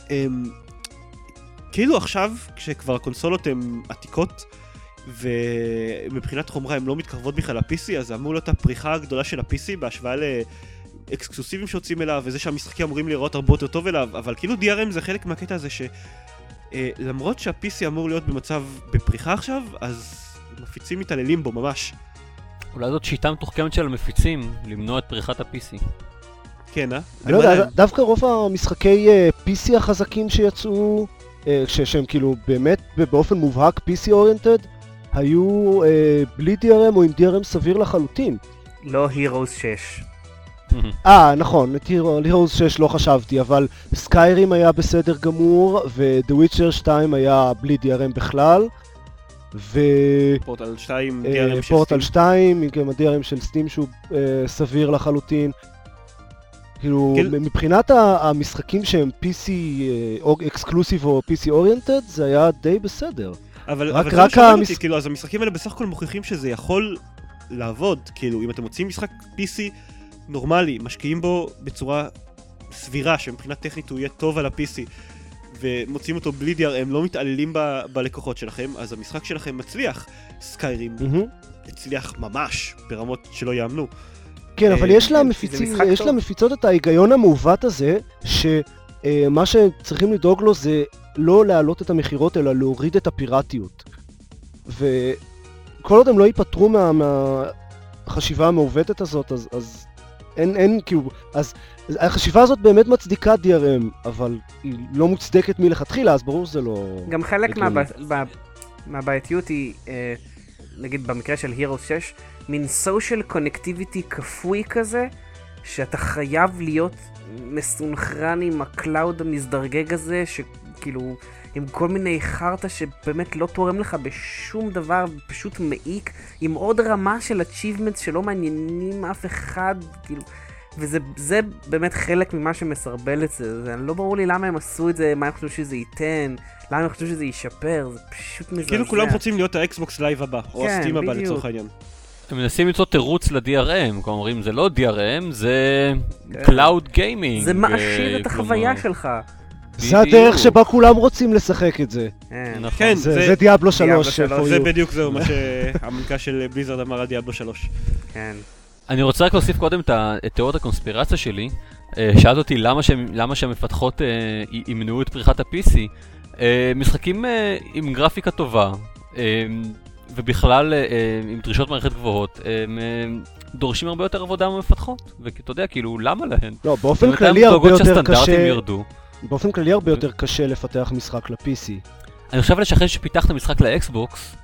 כאילו עכשיו, כשכבר הקונסולות הן עתיקות, ומבחינת חומרה הן לא מתקרבות בכלל ל-PC, אז אמור להיות הפריחה הגדולה של ה-PC בהשוואה לאקסקלוסיבים שיוצאים אליו, וזה שהמשחקים אמורים לראות הרבה יותר טוב אליו, אבל כאילו DRM זה חלק מהקטע הזה שלמרות שה-PC אמור להיות במצב בפריחה עכשיו, אז מפיצים מתעללים בו ממש. אולי זאת שיטה מתוחכמת של המפיצים, למנוע את פריחת ה-PC. כן, אני לא יודע, דווקא רוב המשחקי PC החזקים שיצאו, שהם כאילו באמת באופן מובהק PC אוריינטד, היו בלי DRM או עם DRM סביר לחלוטין. לא Heroes 6. נכון, את Heroes 6 לא חשבתי, אבל סקיירים היה בסדר גמור, ו-The Witcher 2 היה בלי DRM בכלל, פורטל 2, DRM של סטים. פורטל 2, עם ה-DRM של סטים שהוא סביר לחלוטין. כאילו, מבחינת המשחקים שהם PC אקסקלוסיב או PC אוריינטד, זה היה די בסדר. אבל זה לא שומע אותי, כאילו, אז המשחקים האלה בסך הכל מוכיחים שזה יכול לעבוד. כאילו, אם אתם מוצאים משחק PC נורמלי, משקיעים בו בצורה סבירה, שמבחינת טכנית הוא יהיה טוב על ה-PC, ומוצאים אותו בלי DRM, לא מתעללים בלקוחות שלכם, אז המשחק שלכם מצליח. סקיירים הצליח ממש ברמות שלא יאמנו. כן, אבל יש למפיצות את ההיגיון המעוות הזה, שמה שצריכים לדאוג לו זה לא להעלות את המחירות, אלא להוריד את הפיראטיות. וכל עוד הם לא ייפטרו מהחשיבה המעוותת הזאת, אז אין כאילו, אז החשיבה הזאת באמת מצדיקה DRM, אבל היא לא מוצדקת מלכתחילה, אז ברור שזה לא... גם חלק מהבעייתיות היא, נגיד במקרה של Heroes 6, מין social connectivity כפוי כזה, שאתה חייב להיות מסונכרן עם הקלאוד המזדרגג הזה, שכאילו עם כל מיני חרטה שבאמת לא תורם לך בשום דבר, פשוט מעיק, עם עוד רמה של achievements שלא מעניינים אף אחד, כאילו, וזה באמת חלק ממה שמסרבל את זה. לא ברור לי למה הם עשו את זה, מה הם חושבים שזה ייתן, למה הם חושבים שזה יישפר, זה פשוט מזרזע. כאילו כולם רוצים להיות האקסבוקס לייב הבא, או הסטים הבא לצורך העניין. הם מנסים למצוא תירוץ ל-DRM, כלומר אומרים זה לא DRM, זה Cloud Gaming. זה מעשיר את החוויה שלך. זה הדרך שבה כולם רוצים לשחק את זה. כן, זה דיאבלו 3. זה בדיוק זהו מה שהמנכ"ל של בליזרד אמר על דיאבלו 3. כן. אני רוצה רק להוסיף קודם את תיאוריית הקונספירציה שלי. שאלת אותי למה שהמפתחות ימנעו את פריחת ה-PC. משחקים עם גרפיקה טובה, ובכלל עם דרישות מערכת גבוהות, הם דורשים הרבה יותר עבודה מהמפתחות. ואתה יודע, כאילו, למה להן? לא, באופן כללי הרבה יותר קשה לפתח משחק ל-PC. אני חושב שאחרי שפיתחת משחק לאקסבוקס,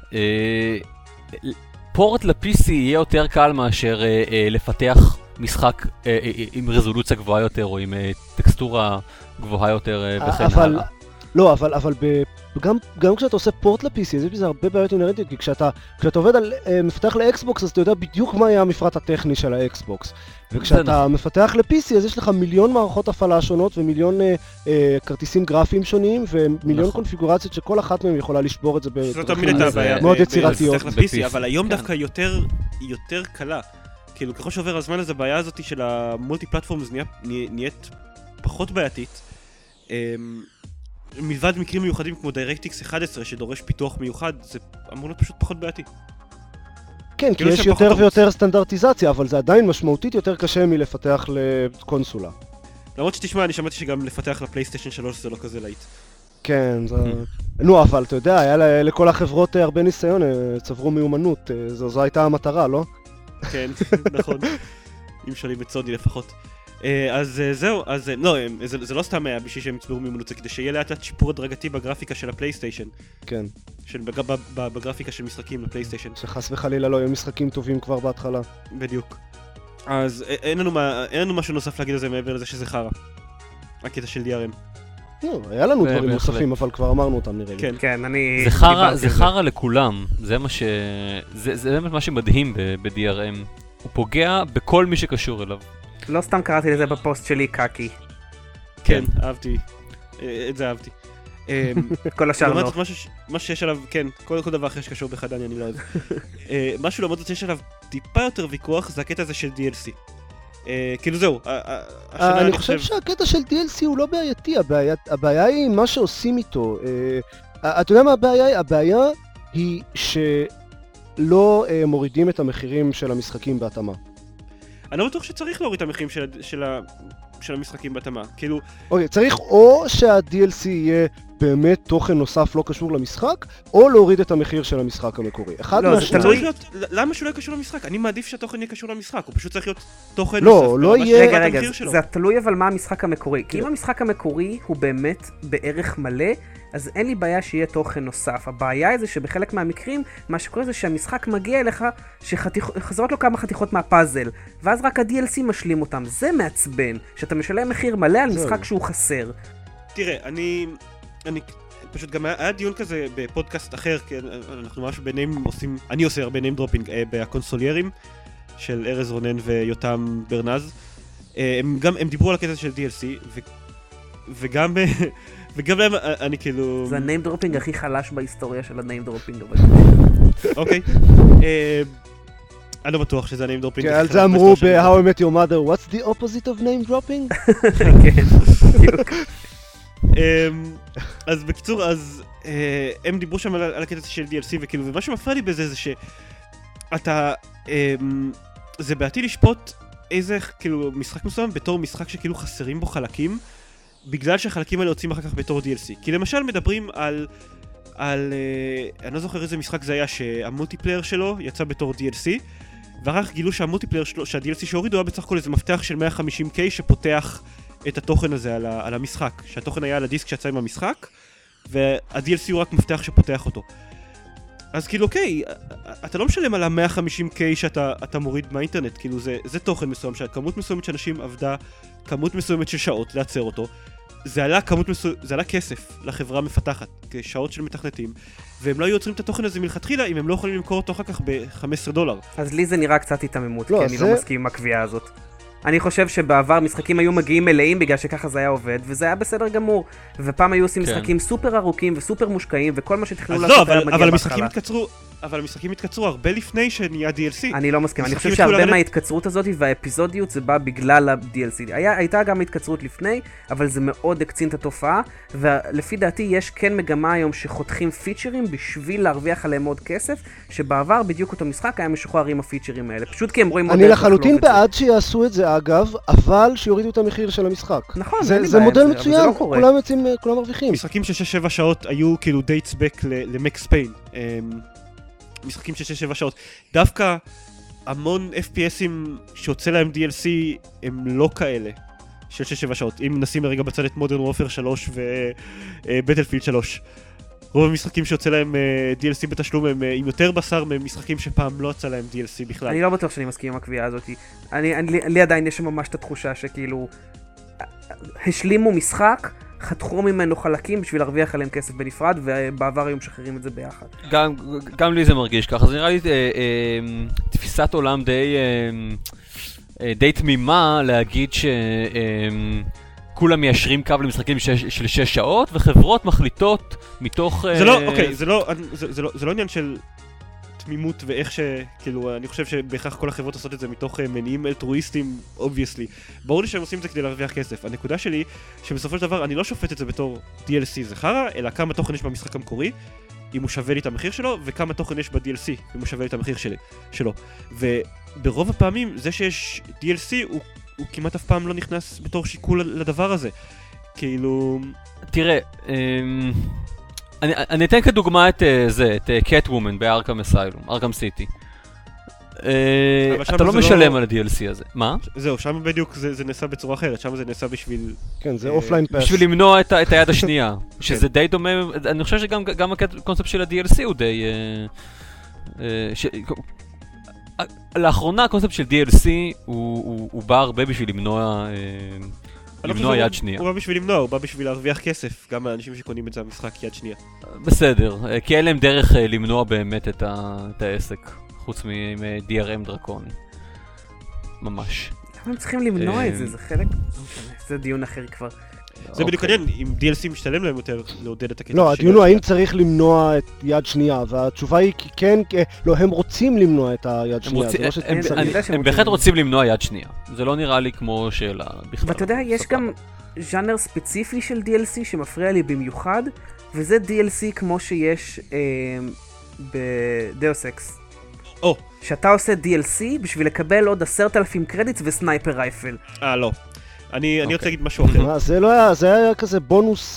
פורט ל-PC יהיה יותר קל מאשר לפתח משחק עם רזולוציה גבוהה יותר, או עם טקסטורה גבוהה יותר וכן הלאה. לא, אבל גם כשאתה עושה פורט ל-PC, יש בזה הרבה בעיות אינרנטיות, כי כשאתה עובד על מפתח לאקסבוקס, אז אתה יודע בדיוק מה היה המפרט הטכני של האקסבוקס. וכשאתה מפתח ל-PC, אז יש לך מיליון מערכות הפעלה שונות, ומיליון כרטיסים גרפיים שונים, ומיליון קונפיגורציות שכל אחת מהם יכולה לשבור את זה מאוד יצירתיות. אבל היום דווקא יותר קלה. כאילו, ככל שעובר הזמן הזה, הבעיה הזאת של המולטי-פלטפורמס נהיית פחות בעייתית. מלבד מקרים מיוחדים כמו DirectX 11 שדורש פיתוח מיוחד, זה אמור להיות פשוט פחות בעייתי. כן, כי יש יותר ויותר סטנדרטיזציה, אבל זה עדיין משמעותית יותר קשה מלפתח לקונסולה. למרות שתשמע, אני שמעתי שגם לפתח לפלייסטיישן 3 זה לא כזה להיט. כן, נו, אבל אתה יודע, היה לכל החברות הרבה ניסיון, צברו מיומנות, זו הייתה המטרה, לא? כן, נכון. אם שואלים את סוני לפחות. אז זהו, אז לא, זה לא סתם היה בשביל שהם יצברו מיומנות, זה כדי שיהיה לאט שיפור הדרגתי בגרפיקה של הפלייסטיישן. כן. בגרפיקה של משחקים לפלייסטיישן. שחס וחלילה לא יהיו משחקים טובים כבר בהתחלה. בדיוק. אז אין לנו משהו נוסף להגיד על זה מעבר לזה שזה חרא. הקטע של DRM. לא, היה לנו דברים נוספים, אבל כבר אמרנו אותם נראה לי. כן, אני... זה חרא לכולם, זה באמת מה שמדהים ב-DRM. הוא פוגע בכל מי שקשור אליו. לא סתם קראתי לזה בפוסט שלי קאקי. כן, אהבתי. את זה אהבתי. כל השאר לא. משהו שיש עליו, כן, כל דבר אחר שקשור בחדני אני לא אוהב. משהו למרות זאת שיש עליו טיפה יותר ויכוח, זה הקטע הזה של DLC. כאילו זהו, אני חושב שהקטע של DLC הוא לא בעייתי, הבעיה היא מה שעושים איתו. אתה יודע מה הבעיה היא? הבעיה היא שלא מורידים את המחירים של המשחקים בהתאמה. אני לא בטוח שצריך להוריד את המחירים של המשחקים בהתאמה, כאילו... אוקיי, צריך או שה-DLC יהיה באמת תוכן נוסף לא קשור למשחק, או להוריד את המחיר של המשחק המקורי. אחד מהשניים... למה שהוא לא קשור למשחק? אני מעדיף שהתוכן יהיה קשור למשחק, הוא פשוט צריך להיות תוכן נוסף. לא יהיה... רגע, זה תלוי אבל מה המשחק המקורי. כי אם המשחק המקורי הוא באמת בערך מלא, אז אין לי בעיה שיהיה תוכן נוסף. הבעיה היא זה שבחלק מהמקרים, מה שקורה זה שהמשחק מגיע אליך, שחזרות לו כמה חתיכות מהפאזל, ואז רק ה-DLC משלים אותם. זה מעצבן, שאתה משלם מחיר מלא על משחק שהוא חסר. תראה, אני פשוט גם היה דיון כזה בפודקאסט אחר, כי אנחנו ממש ביניהם עושים, אני עושה הרבה name dropping בקונסוליירים של ארז רונן ויותם ברנז. הם דיברו על הקטע של DLC, וגם להם אני כאילו... זה ה-name dropping הכי חלש בהיסטוריה של ה-name dropping. אוקיי. אני לא בטוח שזה ה-name dropping. על זה אמרו ב-How I Met Your Mother, what's the opposite of name dropping? כן, בדיוק. אז בקיצור, אז הם דיברו שם על הקטע של DLC וכאילו, ומה שמפריע לי בזה זה שאתה, זה בעתי לשפוט איזה כאילו משחק מסוים בתור משחק שכאילו חסרים בו חלקים, בגלל שהחלקים האלה יוצאים אחר כך בתור DLC. כי למשל מדברים על אני לא זוכר איזה משחק זה היה שהמולטיפלייר שלו יצא בתור DLC, ואחר כך גילו שהמולטיפלייר שלו, שה-DLC שהורידו היה בצח כל איזה מפתח של 150K שפותח את התוכן הזה על המשחק, שהתוכן היה על הדיסק שיצא עם המשחק, וה-DLC הוא רק מפתח שפותח אותו. אז כאילו אוקיי, אתה לא משלם על ה-150K שאתה מוריד מהאינטרנט, כאילו זה תוכן מסוים, שכמות מסוימת שאנשים עבדה, כמות מסוימת של שעות לייצר אותו, זה עלה כסף לחברה המפתחת, כשעות של מתכנתים, והם לא היו יוצרים את התוכן הזה מלכתחילה, אם הם לא יכולים למכור אותו אחר כך ב$15. אז לי זה נראה קצת התאממות, כי אני לא מסכים עם הקביעה הזאת. אני חושב שבעבר משחקים היו מגיעים מלאים בגלל שככה זה היה עובד, וזה היה בסדר גמור. ופעם היו עושים משחקים סופר ארוכים וסופר מושקעים, וכל מה שתכלו לעשות היה מגיע בהתחלה. אבל המשחקים התקצרו הרבה לפני שנהיה DLC. אני לא מסכים, אני חושב שהרבה מההתקצרות הזאת והאפיזודיות זה בא בגלל ה-DLC. הייתה גם התקצרות לפני, אבל זה מאוד הקצין את התופעה, ולפי דעתי יש כן מגמה היום שחותכים פיצ'רים בשביל להרוויח עליהם עוד כסף, שבעבר בדיוק אותו משחק היה משוחרר עם הפיצ'רים האלה, פשוט כי הם רואים אני לחלוטין בעד שיעשו את זה אגב, אבל שיורידו את המחיר של המשחק. נכון, זה מודל מצוין, כולם מרוויחים. משחקים של 6-7 שעות היו כאילו dates back ל-Max Payne. משחקים של 6-7 שעות. דווקא המון FPSים שיוצא להם DLC הם לא כאלה של 6-7 שעות. אם נשים לרגע בצד את Modern Warfare 3 ו-Battlefield 3. רוב המשחקים שיוצא להם DLC בתשלום הם עם יותר בשר ממשחקים שפעם לא יצא להם DLC בכלל. אני לא בטוח שאני מסכים עם הקביעה הזאת. לי עדיין יש ממש את התחושה שכאילו השלימו משחק, חתכו ממנו חלקים בשביל להרוויח עליהם כסף בנפרד, ובעבר היו משחררים את זה ביחד. גם לי זה מרגיש ככה, זה נראה לי תפיסת עולם די תמימה להגיד כולם מיישרים קו למשחקים של 6 שעות, וחברות מחליטות מתוך... זה לא, אוקיי, זה לא עניין של תמימות ואיך כאילו, אני חושב שבהכרח כל החברות עושות את זה מתוך מניעים אלטרואיסטים, obviously. ברור לי שהם עושים את זה כדי להרוויח כסף. הנקודה שלי, שבסופו של דבר אני לא שופט את זה בתור DLC זה חרא, אלא כמה תוכן יש במשחק המקורי, אם הוא שווה לי את המחיר שלו, וכמה תוכן יש ב-DLC, אם הוא שווה לי את המחיר שלו. וברוב הפעמים, זה שיש DLC הוא כמעט אף פעם לא נכנס בתור שיקול לדבר הזה. כאילו... תראה, אני אתן כדוגמה את זה, את קטוומן בארקם אסיילום, ארקם סיטי. אתה לא משלם על ה-DLC הזה. מה? זהו, שם בדיוק זה נעשה בצורה אחרת, שם זה נעשה בשביל... כן, זה אופליין פאס. בשביל למנוע את היד השנייה, שזה די דומה, אני חושב שגם הקונספט של ה-DLC הוא די... לאחרונה הקונספט של DLC הוא בא הרבה בשביל למנוע יד שנייה. הוא בא בשביל למנוע, הוא בא בשביל להרוויח כסף, גם האנשים שקונים את זה המשחק יד שנייה. בסדר, כי אין להם דרך למנוע באמת את העסק, חוץ מ-DRM דרקוני. ממש. הם צריכים למנוע את זה, זה חלק... זה דיון אחר כבר. זה בדיוק עניין, אם DLC משתלם להם יותר לעודד את הקטע. לא, הדיון הוא האם צריך למנוע את יד שנייה, והתשובה היא כי כן, לא, הם רוצים למנוע את היד שנייה. הם בהחלט רוצים למנוע יד שנייה. זה לא נראה לי כמו שאלה בכלל. ואתה יודע, יש גם ז'אנר ספציפי של DLC שמפריע לי במיוחד, וזה DLC כמו שיש בדאוס אקס. שאתה עושה DLC בשביל לקבל עוד 10,000 קרדיטס וסנייפר רייפל. לא. אני רוצה להגיד משהו אחר. זה לא היה, זה היה כזה בונוס,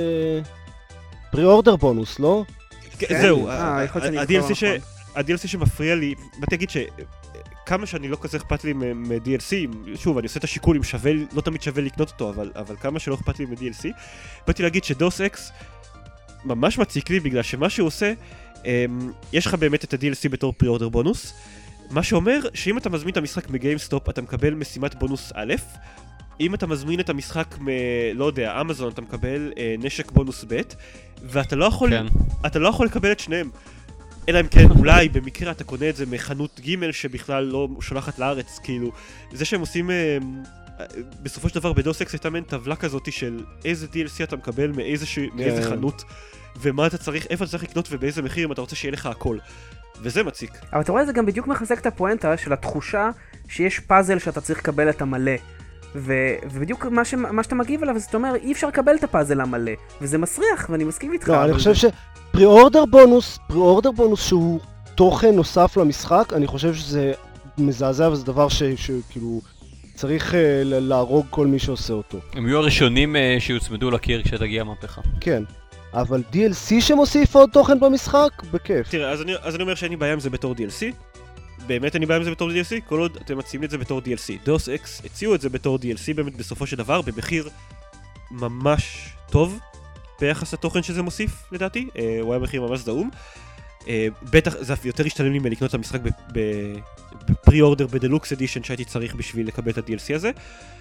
פרי-אורדר בונוס, לא? זהו, ה-DLC שמפריע לי, באתי להגיד שכמה שאני לא כזה אכפת לי מ-DLC, שוב, אני עושה את השיקול אם שווה, לא תמיד שווה לקנות אותו, אבל כמה שלא אכפת לי מ-DLC, באתי להגיד שדוס אקס ממש מציק לי, בגלל שמה שהוא עושה, יש לך באמת את ה-DLC בתור פרי-אורדר בונוס, מה שאומר שאם אתה מזמין את המשחק מגיימסטופ, אתה מקבל משימת בונוס א', אם אתה מזמין את המשחק לא יודע, אמזון, אתה מקבל נשק בונוס ב', ואתה לא יכול לקבל את שניהם. אלא אם כן, אולי במקרה אתה קונה את זה מחנות ג' שבכלל לא שולחת לארץ, כאילו, זה שהם עושים, בסופו של דבר בדוס אקס הייתה מעין טבלה כזאת של איזה DLC אתה מקבל מאיזה חנות, ומה אתה צריך, איפה אתה צריך לקנות ובאיזה מחיר אם אתה רוצה שיהיה לך הכל. וזה מציק. אבל אתה רואה, זה גם בדיוק מחזק את הפואנטה של התחושה שיש פאזל שאתה צריך לקבל את המלא. ובדיוק מה שאתה מגיב עליו, זאת אומרת, אי אפשר לקבל את הפאזל המלא, וזה מסריח, ואני מסכים איתך. לא, אני חושב שפרי-אורדר בונוס שהוא תוכן נוסף למשחק, אני חושב שזה מזעזע, וזה דבר שכאילו צריך להרוג כל מי שעושה אותו. הם יהיו הראשונים שיוצמדו לקיר כשתגיע המהפכה. כן. אבל DLC שמוסיף עוד תוכן במשחק? בכיף. תראה, אז אני אומר שאני בעיה עם זה בתור DLC. באמת אני בעיה עם זה בתור DLC, כל עוד אתם מציעים את זה בתור DLC. דוס אקס הציעו את זה בתור DLC באמת בסופו של דבר, במחיר ממש טוב ביחס לתוכן שזה מוסיף, לדעתי. הוא היה מחיר ממש זעום. בטח זה יותר השתלם לי מלקנות את המשחק בפרי-אורדר בדלוקס אדישן שהייתי צריך בשביל לקבל את ה-DLC הזה.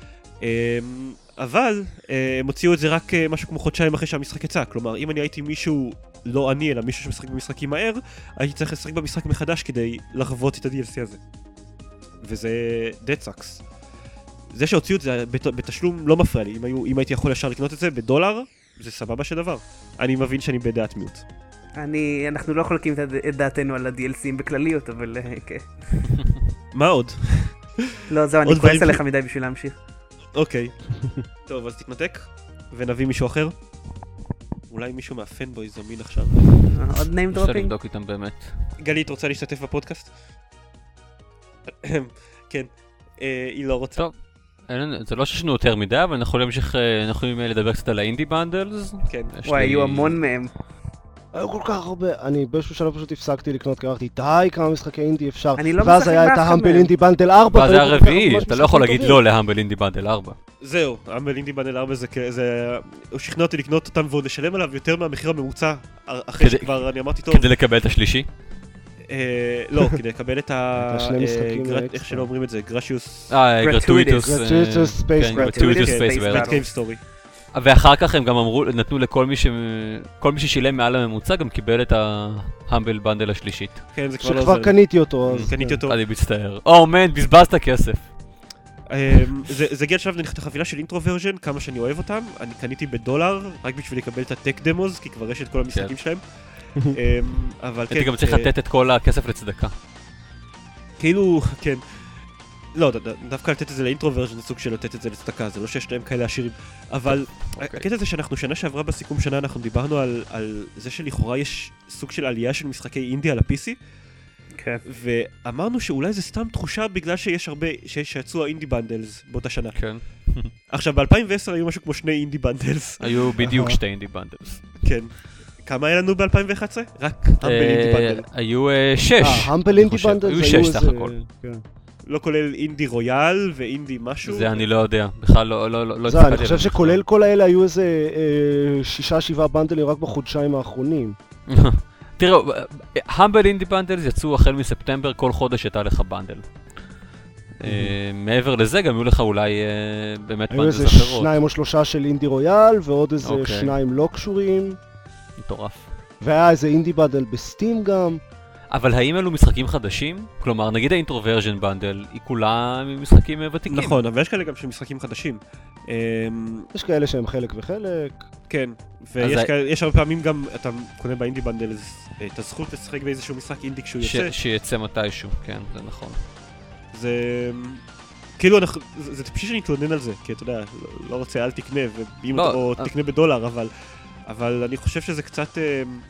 אבל הם הוציאו את זה רק משהו כמו חודשיים אחרי שהמשחק יצא. כלומר, אם אני הייתי מישהו, לא אני, אלא מישהו שמשחק במשחקים מהר, הייתי צריך לשחק במשחק מחדש כדי לחוות את ה-DLC הזה. וזה dead sucks. זה שהוציאו את זה בתשלום לא מפריע לי. אם הייתי יכול ישר לקנות את זה בדולר, זה סבבה של דבר. אני מבין שאני בדעת מיעוט. אנחנו לא חולקים את דעתנו על ה-DLCים בכלליות, אבל כן. מה עוד? לא, זהו, אני כועס עליך מדי בשביל להמשיך. אוקיי. טוב, אז תתנתק, ונביא מישהו אחר. אולי מישהו מהפנבוי זמין עכשיו. עוד name dropping? אפשר לבדוק איתם באמת. גלית רוצה להשתתף בפודקאסט? כן, היא לא רוצה. טוב, זה לא שיש לנו יותר מדי, אבל אנחנו יכולים לדבר קצת על האינדי בנדלס. כן. וואי, היו המון מהם. היו כל כך הרבה, אני באיזשהו שלב פשוט הפסקתי לקנות, כי אמרתי, די, כמה משחקי אינדי אפשר. אני לא ואז משחק היה את ההמבל אינדי בנדל 4. ואז זה הרביעי, אתה לא יכול להגיד לא להמבל אינדי בנדל 4. זהו, ההמבל אינדי בנדל 4 זה... הוא שכנע אותי לקנות אותם ועוד לשלם עליו יותר מהמחיר הממוצע, אחרי שכבר אני אמרתי טוב. כדי לקבל את השלישי? לא, כדי לקבל את ה... איך שלא אומרים את זה, גרשיוס... גרטויטוס ספייס סטורי. ואחר כך הם גם נתנו לכל מי ששילם מעל הממוצע, גם קיבל את ההמבל בנדל השלישית. כן, זה כבר לא... שכבר קניתי אותו. קניתי אותו. אני מצטער. מן, בזבזת כסף. זה הגיע עכשיו את החבילה של אינטרו ורז'ן, כמה שאני אוהב אותם. אני קניתי בדולר, רק בשביל לקבל את הטק דמוז, כי כבר יש את כל המשחקים שלהם. אבל כן... הייתי גם צריך לתת את כל הכסף לצדקה. כאילו, כן. לא, דווקא לתת את זה לאינטרו ורז'ן זה סוג של לתת את זה לצדקה, זה לא שיש להם כאלה עשירים. אבל הקטע זה שאנחנו שנה שעברה בסיכום שנה, אנחנו דיברנו על זה שלכאורה יש סוג של עלייה של משחקי אינדי על ה-PC. כן. ואמרנו שאולי זה סתם תחושה בגלל שיש הרבה, שיצאו האינדי בנדלס באותה שנה. כן. עכשיו, ב-2010 היו משהו כמו 2 אינדי בנדלס. היו בדיוק 2 אינדי בנדלס. כן. כמה היה לנו ב-2011? רק המבל אינדי בנדל. היו 6. המבל אינדי בנדל היו 6 סך הכל. לא כולל אינדי רויאל ואינדי משהו? זה אני לא יודע, בכלל לא זה, אני חושב שכולל כל האלה היו איזה 6-7 בנדלים רק בחודשיים האחרונים. תראו, המבל אינדי בנדל יצאו החל מספטמבר, כל חודש הייתה לך בנדל. מעבר לזה גם היו לך אולי באמת בנדלס אחרות. היו איזה 2 או 3 של אינדי רויאל ועוד איזה 2 לא קשורים. מטורף. והיה איזה אינדי בנדל בסטים גם. אבל האם אלו משחקים חדשים? כלומר, נגיד האינטרוברז'ן בנדל, היא כולה משחקים ותיקים. נכון, אבל יש כאלה גם שמשחקים חדשים. יש כאלה שהם חלק וחלק. כן, ויש הרבה פעמים גם, אתה קונה באינדי בנדל את הזכות לשחק באיזשהו משחק אינדי כשהוא יוצא. שיצא מתישהו, כן, זה נכון. זה... כאילו, זה טיפשי שאני מתלונן על זה, כי אתה יודע, לא רוצה, אל תקנה, או תקנה בדולר, אבל אני חושב שזה קצת...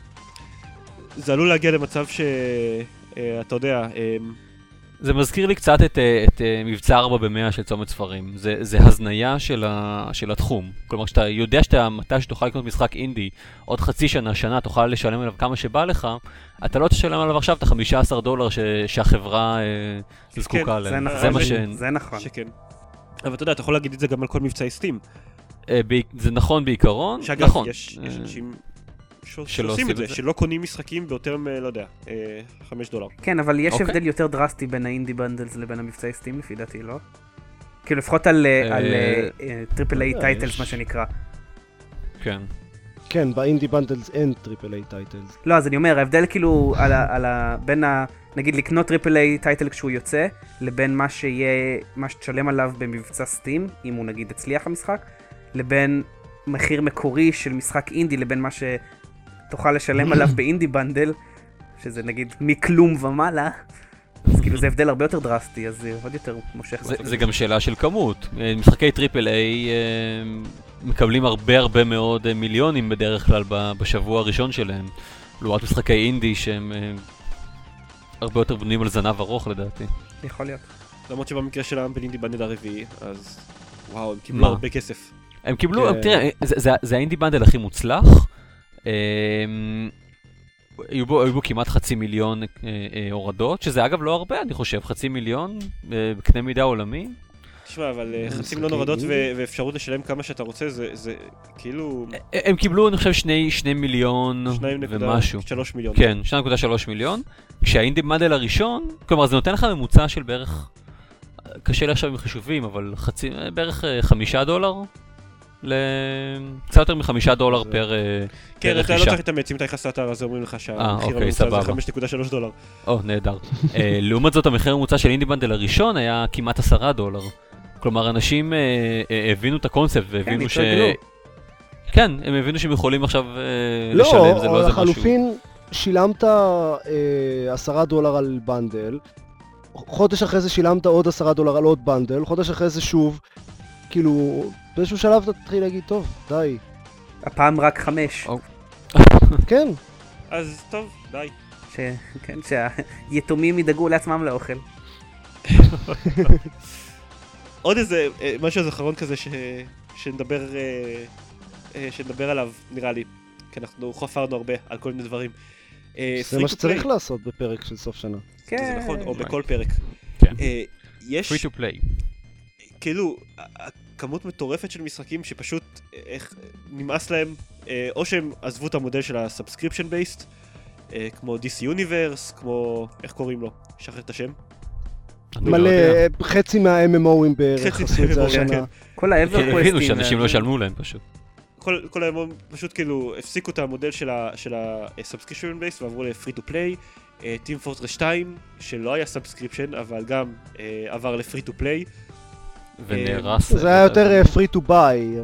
זה עלול להגיע למצב שאתה יודע... זה מזכיר לי קצת את מבצע 4 ב-100 של צומת ספרים. זה הזניה של התחום. כלומר, שאתה יודע מתי שתוכל לקנות משחק אינדי, עוד חצי שנה, תוכל לשלם עליו כמה שבא לך, אתה לא תשלם עליו עכשיו את $15 שהחברה זקוקה עליהם. זה נכון. שכן. אבל אתה יודע, אתה יכול להגיד את זה גם על כל מבצעי סטים. זה נכון בעיקרון. שאגב, יש אנשים... שעושים את זה, שלא קונים משחקים ביותר לא יודע, $5. כן, אבל יש הבדל יותר דרסטי בין האינדי בנדלס לבין המבצעי סטים, לפי דעתי, לא? כאילו, לפחות על טריפל איי טייטלס, מה שנקרא. כן. כן, באינדי בנדלס אין טריפל איי טייטלס. לא, אז אני אומר, ההבדל כאילו בין נגיד לקנות טריפל איי טייטל כשהוא יוצא, לבין מה שתשלם עליו במבצע סטים, אם הוא נגיד הצליח המשחק, לבין מחיר מקורי של משחק אינדי, לבין מה שתוכל לשלם עליו באינדי בנדל, שזה נגיד מכלום ומעלה, אז כאילו זה הבדל הרבה יותר דרסטי, אז זה עוד יותר מושך. זה גם שאלה של כמות. משחקי טריפל איי מקבלים הרבה מאוד מיליונים בדרך כלל בשבוע הראשון שלהם. לעומת משחקי אינדי שהם הרבה יותר בנויים על זנב ארוך לדעתי. יכול להיות. למרות שבמקרה שלהם באינדי בנדל הרביעי, אז וואו, הם קיבלו הרבה כסף. הם קיבלו, תראה, זה האינדי בנדל הכי מוצלח. היו בו כמעט 500,000 הורדות, שזה אגב לא הרבה, אני חושב, 500,000 בקנה מידה עולמי. תשמע, אבל 500,000 הורדות ואפשרות לשלם כמה שאתה רוצה, זה כאילו... הם קיבלו, אני חושב, 2 מיליון ומשהו. 2.3 מיליון. כן, 2.3 מיליון. כשהאינדי בנדל הראשון, כלומר, זה נותן לך ממוצע של בערך, קשה לי עכשיו עם חישובים, אבל בערך $5, קצת יותר $5 פר כן, אתה לא צריך להתאמץ, אם אתה נכנס לאתר, אז אומרים לך שהמחיר הממוצע זה $5.3. או, נהדר. לעומת זאת, המחיר הממוצע של אינדי בנדל הראשון היה כמעט $10. כלומר, אנשים הבינו את הקונספט והבינו כן, הם הבינו שהם יכולים עכשיו לשלם, זה לא איזה משהו. לא, לחלופין, שילמת $10 על בנדל, חודש אחרי זה שילמת עוד $10 על עוד בנדל, חודש אחרי זה שוב, כאילו, באיזשהו שלב אתה תתחיל להגיד, טוב, די. הפעם רק 5. כן. אז טוב, די. כן, שהיתומים ידאגו לעצמם לאוכל. עוד איזה, משהו אחרון כזה שנדבר עליו, נראה לי. כי אנחנו חפרנו הרבה על כל מיני דברים. זה מה שצריך לעשות בפרק של סוף שנה. כן. זה נכון, או בכל פרק. כן. יש... free to play. כאילו, כמות מטורפת של משחקים שפשוט נמאס להם, או שהם עזבו את המודל של ה-subscription based, כמו DC Universe, כמו, איך קוראים לו? שחרר את השם? מלא, חצי מה-MMOים בערך עשו את זה השנה. כל האברקווסטים. הבינו שאנשים לא ישלמו להם פשוט. כל ה-MMOים פשוט כאילו הפסיקו את המודל של ה-subscription based ועברו ל-free to play. Team Fortress 2, שלא היה subscription, אבל גם עבר ל-free to play. ונהרס. זה היה יותר free to buy.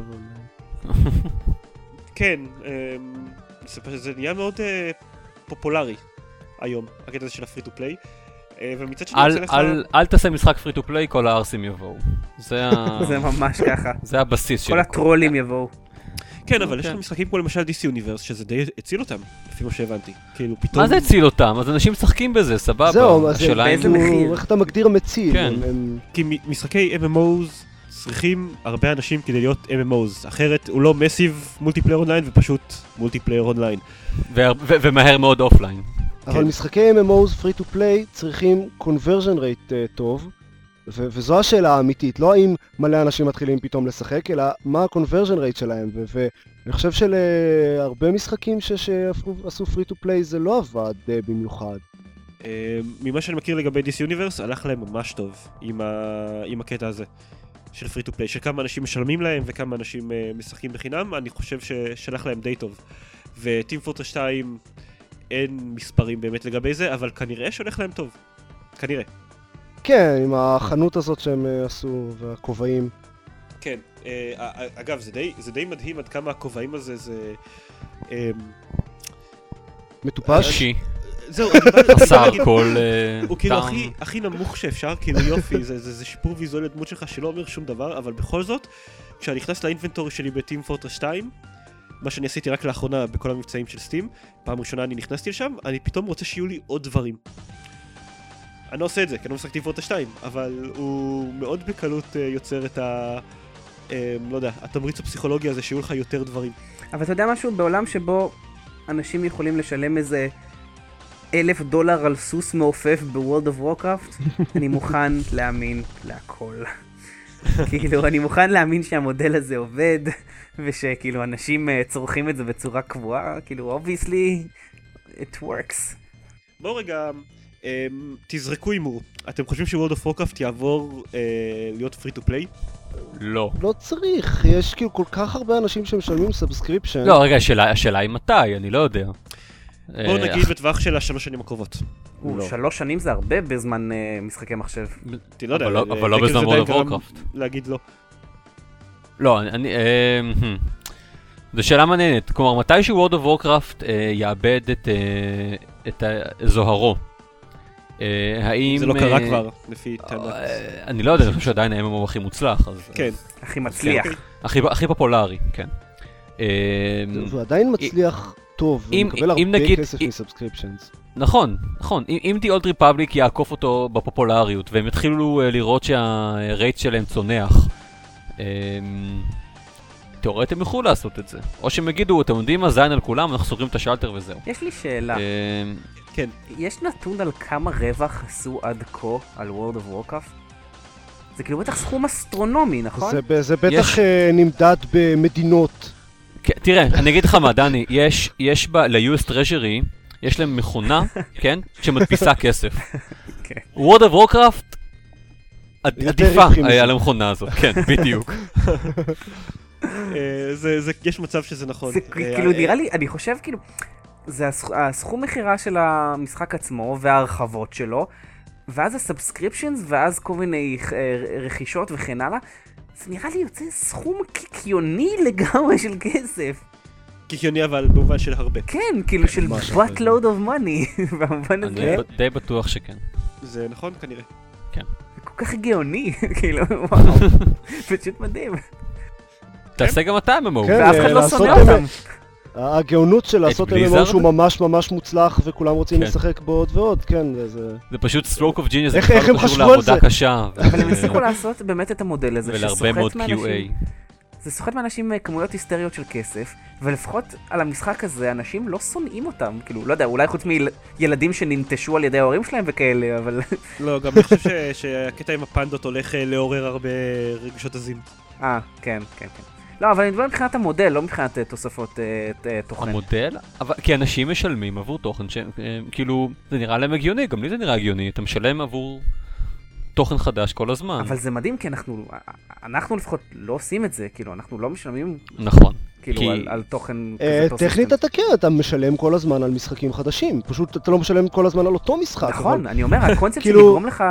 כן, זה נהיה מאוד פופולרי היום, הקטע הזה של ה-free to play. ומצד שני יוצא לך... אל תעשה משחק free to play, כל הארסים יבואו. זה ממש ככה. זה הבסיס של... כל הטרולים יבואו. כן, אבל יש לך משחקים כמו למשל DC Universe, שזה די הציל אותם, לפי מה שהבנתי. כאילו פתאום... מה זה הציל אותם? אז אנשים משחקים בזה, סבבה. זהו, באיזה מחיר? איך אתה מגדיר מציל? כי משחקי MMOs צריכים הרבה אנשים כדי להיות MMOs, אחרת הוא לא מסיב מולטיפלייר אונליין ופשוט מולטיפלייר אונליין. ומהר מאוד אופליין. אבל משחקי MMOs free to play צריכים conversion rate טוב, וזו השאלה האמיתית, לא האם מלא אנשים מתחילים פתאום לשחק, אלא מה ה-conversion rate שלהם, ואני חושב שלהרבה משחקים שעשו free to play זה לא עבד במיוחד. ממה שאני מכיר לגבי DC Universe, הלך להם ממש טוב עם הקטע הזה של free to play, שכמה אנשים משלמים להם וכמה אנשים משחקים בחינם, אני חושב שהלך להם די טוב. ו-Team Fortress 2 אין מספרים באמת לגבי זה, אבל כנראה שהולך להם טוב. כנראה. כן, עם החנות הזאת שהם עשו והכובעים. כן, אגב, זה די מדהים עד כמה הכובעים הזה זה... מטופש? זהו, חסר כל... הוא כאילו הכי נמוך שאפשר, כאילו יופי, זה שיפור ויזואלי לדמות שלך שלא אומר שום דבר, אבל בכל זאת, כשאני נכנס לאינבנטורי שלי בטים פורטרס 2, מה שאני עשיתי רק לאחרונה בכל המבצעים של סטים, פעם ראשונה אני נכנסתי לשם, אני פתאום רוצה שיהיו לי עוד דברים. אני לא עושה את זה, כי אני לא משחק טים פורטרס 2, אבל הוא מאוד בקלות יוצר את לא יודע, התמריץ הפסיכולוגי הזה שיהיו לך יותר דברים. אבל אתה יודע משהו? בעולם שבו אנשים יכולים לשלם איזה $1,000 על סוס מעופף בוורלד אוף וורקראפט, אני מוכן להאמין להכל. כאילו, אני מוכן להאמין שהמודל הזה עובד, ושכאילו אנשים צורכים את זה בצורה קבועה, כאילו, obviously, it works. בואו רגע, תזרקו אימור. אתם חושבים שוורלד אוף וורקראפט יעבור להיות פרי טו פליי? לא. לא צריך, יש כאילו כל כך הרבה אנשים שמשלמים סאבסקריפשן. לא, רגע, השאלה היא מתי, אני לא יודע. בואו נגיד בטווח של 3 שנים הקרובות. 3 שנים זה הרבה בזמן משחקי מחשב. אבל לא בזמן World of Warcraft. להגיד לא. לא, זו שאלה מעניינת. כלומר, מתי ש-World of Warcraft יאבד את זוהרו? האם... זה לא קרה כבר, לפי טענת. אני לא יודע, אני חושב שעדיין ה-MMO הכי מוצלח. כן. הכי מצליח. הכי פופולרי, כן. הוא עדיין מצליח טוב, הוא מקבל הרבה כסף מסאבסקריפשנס. נכון, נכון. אם The Old Republic יעקוף אותו בפופולריות, והם יתחילו לראות שהרייט שלהם צונח, תיאורטית הם יוכלו לעשות את זה. או שהם יגידו, אתם יודעים מה, זין על כולם, אנחנו סוגרים את השלטר וזהו. יש לי שאלה. כן. יש נתון על כמה רווח עשו עד כה על World of Warcraft? זה כאילו בטח סכום אסטרונומי, נכון? זה בטח נמדד במדינות. תראה, אני אגיד לך מה, דני, יש ל-US Treasury, יש להם מכונה, כן? שמדפיסה כסף. World of Warcraft עדיפה על המכונה הזאת, כן, בדיוק. יש מצב שזה נכון. כאילו נראה לי, אני חושב כאילו, זה הסכום מחירה של המשחק עצמו וההרחבות שלו, ואז הסאבסקריפשנס, ואז כל מיני רכישות וכן הלאה, זה נראה לי יוצא סכום קיקיוני לגמרי של כסף. קיקיוני אבל במובן של הרבה. כן, כאילו של buttload of money, במובן הזה. אני די בטוח שכן. זה נכון כנראה. כן. זה כל כך גאוני, כאילו, וואו, פשוט מדהים. תעשה גם אתה MMO. ואף אחד לא שונא אותם. הגאונות של לעשות MMO שהוא ממש ממש מוצלח וכולם רוצים לשחק בו עוד ועוד, כן. זה פשוט stroke of genius, זה איך הם חשבו על זה? לעבודה קשה. אבל הם הצליחו לעשות באמת את המודל הזה ולהרבה מאוד QA. זה סוחט מאנשים כמויות היסטריות של כסף, ולפחות על המשחק הזה אנשים לא שונאים אותם, כאילו, לא יודע, אולי חוץ מילדים שננטשו על ידי ההורים שלהם וכאלה, אבל... לא, גם אני חושב שהקטע עם הפנדות הולך לעורר הרבה רגשות עזים. כן, כן, כן. לא, אבל אני מדבר מבחינת המודל, לא מבחינת תוספות תוכן. המודל? כי אנשים משלמים עבור תוכן, כאילו, זה נראה להם הגיוני, גם לי זה נראה הגיוני, אתה משלם עבור תוכן חדש כל הזמן. אבל זה מדהים, כי אנחנו לפחות לא עושים את זה, כאילו, אנחנו לא משלמים... נכון. כאילו, על תוכן כזה תוספת. טכנית אתה כן, אתה משלם כל הזמן על משחקים חדשים, פשוט אתה לא משלם כל הזמן על אותו משחק. נכון, אני אומר, הקונספט שיגרום לך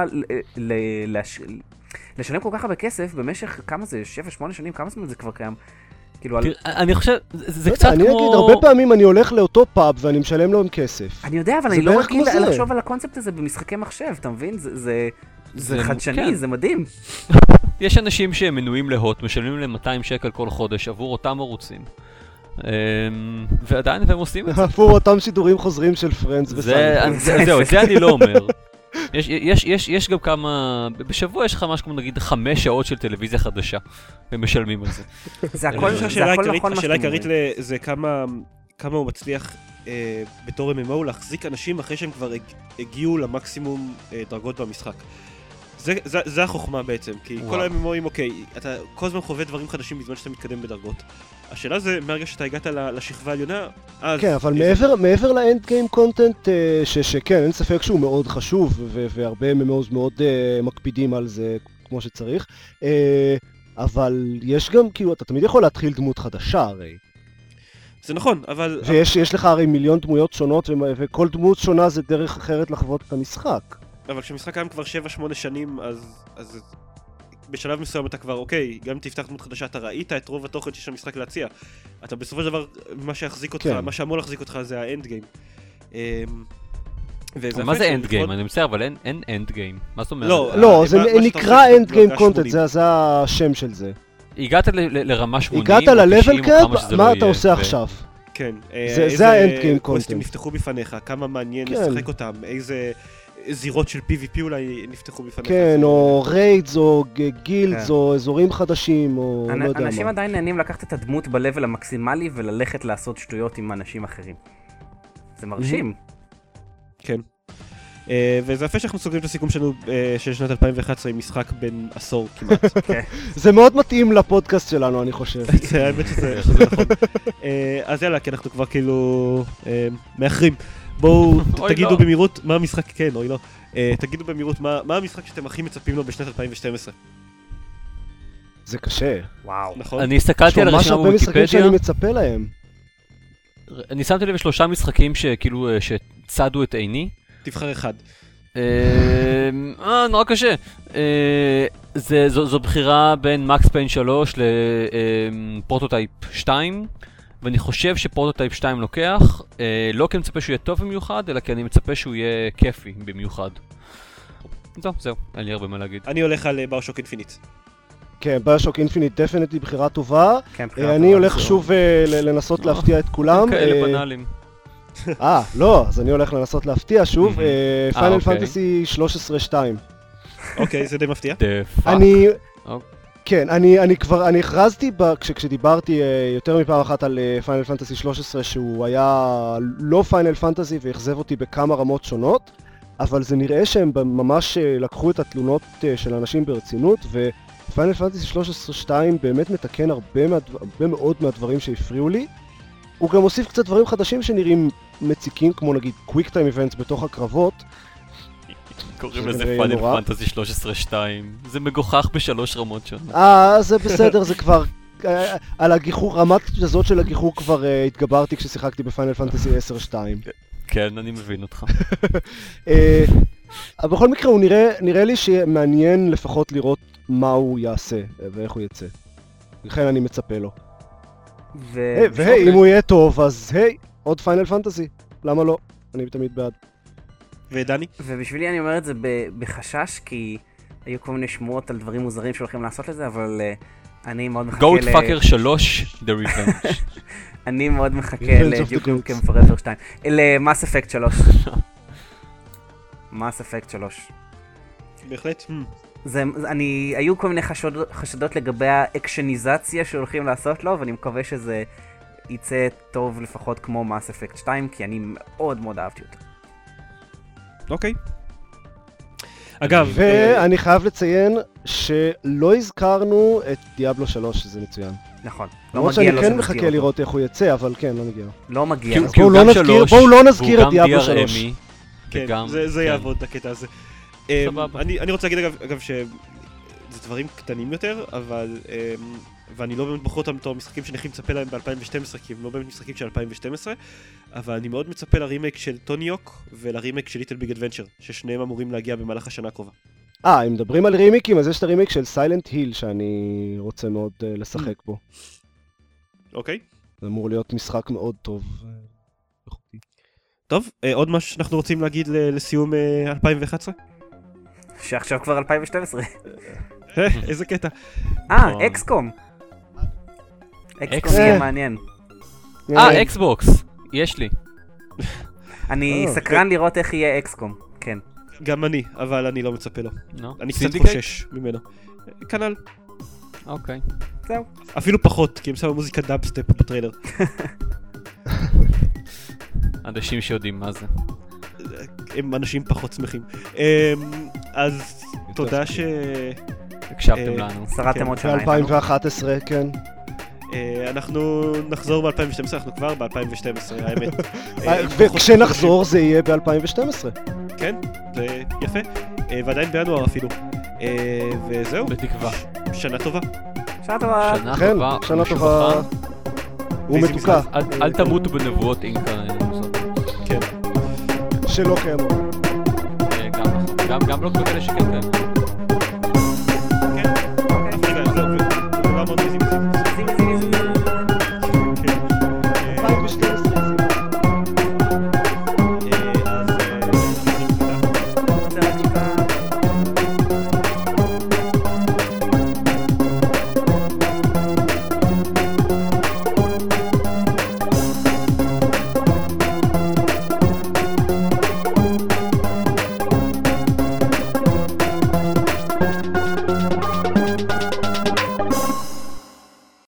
לשלם כל כך הרבה כסף במשך, כמה זה, 7-8 שנים, כמה זמן זה כבר קיים? אני חושב, זה קצת כמו... אני אגיד, הרבה פעמים אני הולך לאותו פאב ואני משלם לו עם כסף. אני יודע, אבל אני לא רגיל לחשוב על הקונספט הזה במשחקי מחשב, אתה מבין? זה חדשני, זה מדהים. יש אנשים שהם מנויים להוט, משלמים להם 200 שקל כל חודש עבור אותם ערוצים. ועדיין אתם עושים את זה. עבור אותם שידורים חוזרים של פרנדס וסייד. זהו, את זה אני לא אומר. יש גם כמה, בשבוע יש לך משהו כמו נגיד 5 שעות של טלוויזיה חדשה, ומשלמים על זה. זה הכל נכון מה שאתה אומר. השאלה העיקרית זה כמה הוא מצליח בתור MMO להחזיק אנשים אחרי שהם כבר הגיעו למקסימום דרגות במשחק. זה החוכמה בעצם, כי כל ה-MMOים, אוקיי, אתה כל הזמן חווה דברים חדשים בזמן שאתה מתקדם בדרגות. השאלה זה, מהרגע שאתה הגעת לשכבה העליונה, אז... כן, אבל מעבר לאנד גיים קונטנט, שכן, אין ספק שהוא מאוד חשוב, והרבה MMOs מאוד מקפידים על זה כמו שצריך, אבל יש גם, כאילו, אתה תמיד יכול להתחיל דמות חדשה הרי. זה נכון, אבל... ויש לך הרי מיליון דמויות שונות, וכל דמות שונה זה דרך אחרת לחוות את המשחק. אבל כשמשחק קיים כבר 7-8 שנים, אז בשלב מסוים אתה כבר, אוקיי, גם אם תפתח דמות חדשה, אתה ראית את רוב התוכן שיש למשחק להציע. אתה בסופו של דבר, מה שיחזיק אותך, מה שאמור להחזיק אותך זה האנד גיים. מה זה אנד גיים? אני מצטער, אבל אין אנד גיים. מה זאת אומרת? לא, זה נקרא אנד גיים קונטנט, זה השם של זה. הגעת לרמה 80, הגעת ל-level cap, מה אתה עושה עכשיו? כן. זה האנד גיים קונטנט. קווסטים נפתחו בפניך, כמה מעניין לשחק אותם, איזה... זירות של PvP אולי נפתחו בפניך. כן, או ריידס, או גילדס, או אזורים חדשים, או לא יודע מה. אנשים עדיין נהנים לקחת את הדמות ב-level המקסימלי וללכת לעשות שטויות עם אנשים אחרים. זה מרשים. כן. וזה יפה שאנחנו סוגרים את הסיכום שלנו של שנת 2011 עם משחק בין עשור כמעט. זה מאוד מתאים לפודקאסט שלנו, אני חושב. האמת שזה נכון. אז יאללה, כי אנחנו כבר כאילו מאחרים. בואו תגידו במהירות מה המשחק, כן, אוי לא, תגידו במהירות מה המשחק שאתם הכי מצפים לו בשנת 2012. זה קשה. וואו. נכון? אני הסתכלתי על הרשימה בוויקיפדיה. ממש הרבה משחקים שאני בוויקיפדיה. מצפה להם. אני שמתי לב 3 משחקים שכאילו, שצדו את עיני. תבחר אחד. נורא קשה. זו בחירה בין מקס פיין 3 לפרוטוטייפ 2. ואני חושב שפרוטוטייפ 2 לוקח, לא כי אני מצפה שהוא יהיה טוב במיוחד, אלא כי אני מצפה שהוא יהיה כיפי במיוחד. זהו, אין לי הרבה מה להגיד. אני הולך על באיושוק אינפיניט. כן, באיושוק אינפיניט דפינטי בחירה טובה. כן, בחירה טובה. אני הולך שוב לנסות להפתיע את כולם. כאלה בנאליים. לא, אז אני הולך לנסות להפתיע שוב. פיינל פנטסי 13-2. אוקיי, זה די מפתיע. כן, אני הכרזתי כשדיברתי יותר מפעם אחת על פיינל פנטסי 13 שהוא היה לא פיינל פנטסי והחזב אותי בכמה רמות שונות, אבל זה נראה שהם ממש לקחו את התלונות של אנשים ברצינות, ופיינל פנטסי 13-2 באמת מתקן הרבה מאוד מהדברים שהפריעו לי. הוא גם הוסיף קצת דברים חדשים שנראים מציקים, כמו נגיד קוויק טיים איבנטס בתוך הקרבות. קוראים לזה פיינל פנטסי 13-2, זה מגוחך ב3 רמות שונות. זה בסדר, זה כבר, על הגיחור, רמת הזאת של הגיחור כבר התגברתי כששיחקתי בפיינל פנטסי 10-2. כן, אני מבין אותך. אבל בכל מקרה הוא נראה לי שמעניין לפחות לראות מה הוא יעשה ואיך הוא יצא. לכן אני מצפה לו. והי, אם הוא יהיה טוב, אז היי, עוד פיינל פנטסי, למה לא? אני תמיד בעד. ודני? ובשבילי אני אומר את זה בחשש, כי היו כל מיני שמועות על דברים מוזרים שהולכים לעשות לזה, אבל אני מאוד מחכה גוטפאקר 3, The Revenge. אני מאוד מחכה לדיוק נוקם פוראבר 2. למאס אפקט 3. מאס אפקט 3. בהחלט. היו כל מיני חשדות לגבי האקשניזציה שהולכים לעשות לו, ואני מקווה שזה יצא טוב לפחות כמו מאס אפקט 2, כי אני מאוד מאוד אהבתי אותו. אוקיי. אגב, ואני חייב לציין שלא הזכרנו את דיאבלו 3, שזה מצוין. נכון. למרות שאני כן מחכה לראות איך הוא יצא, אבל כן, לא מגיע. לא מגיע. בואו לא נזכיר את דיאבלו 3. כן, זה יעבוד הקטע הזה. אני רוצה להגיד אגב שזה דברים קטנים יותר, אבל ואני לא באמת בוחר אותם בתור משחקים שאני הכי מצפה להם ב-2012, כי הם לא באמת משחקים של 2012, אבל אני מאוד מצפה לרימייק של טוני יוק ולרימייק של ליטל ביג אדוונצ'ר, ששניהם אמורים להגיע במהלך השנה הקרובה. אם מדברים על רימייקים, אז יש את הרימייק של סיילנט היל שאני רוצה מאוד לשחק בו. אוקיי. זה אמור להיות משחק מאוד טוב. טוב, עוד משהו שאנחנו רוצים להגיד לסיום 2011? שעכשיו כבר 2012. איזה קטע. אקסקום. אקסקום יהיה מעניין. אקסבוקס. יש לי. אני סקרן לראות איך יהיה אקסקום. כן. גם אני, אבל אני לא מצפה לו. אני קצת סינדיקייט? חושש ממנו. כנ"ל. אוקיי. זהו. אפילו פחות, כי הם שמו מוזיקה דאבסטפ בטריילר. אנשים שיודעים מה זה. הם אנשים פחות שמחים. אז תודה הקשבתם לנו. שרדתם עוד שנה. ב-2011, כן. אנחנו נחזור ב-2012, אנחנו כבר ב-2012, האמת. וכשנחזור זה יהיה ב-2012. כן, זה יפה. ועדיין בינואר אפילו. וזהו. בתקווה. שנה טובה. שנה טובה. כן, שנה טובה. ומתוקה. אל תמותו בנבואות אינקה. כן. שלא קיימות. גם לא כאלה שכן קיימות.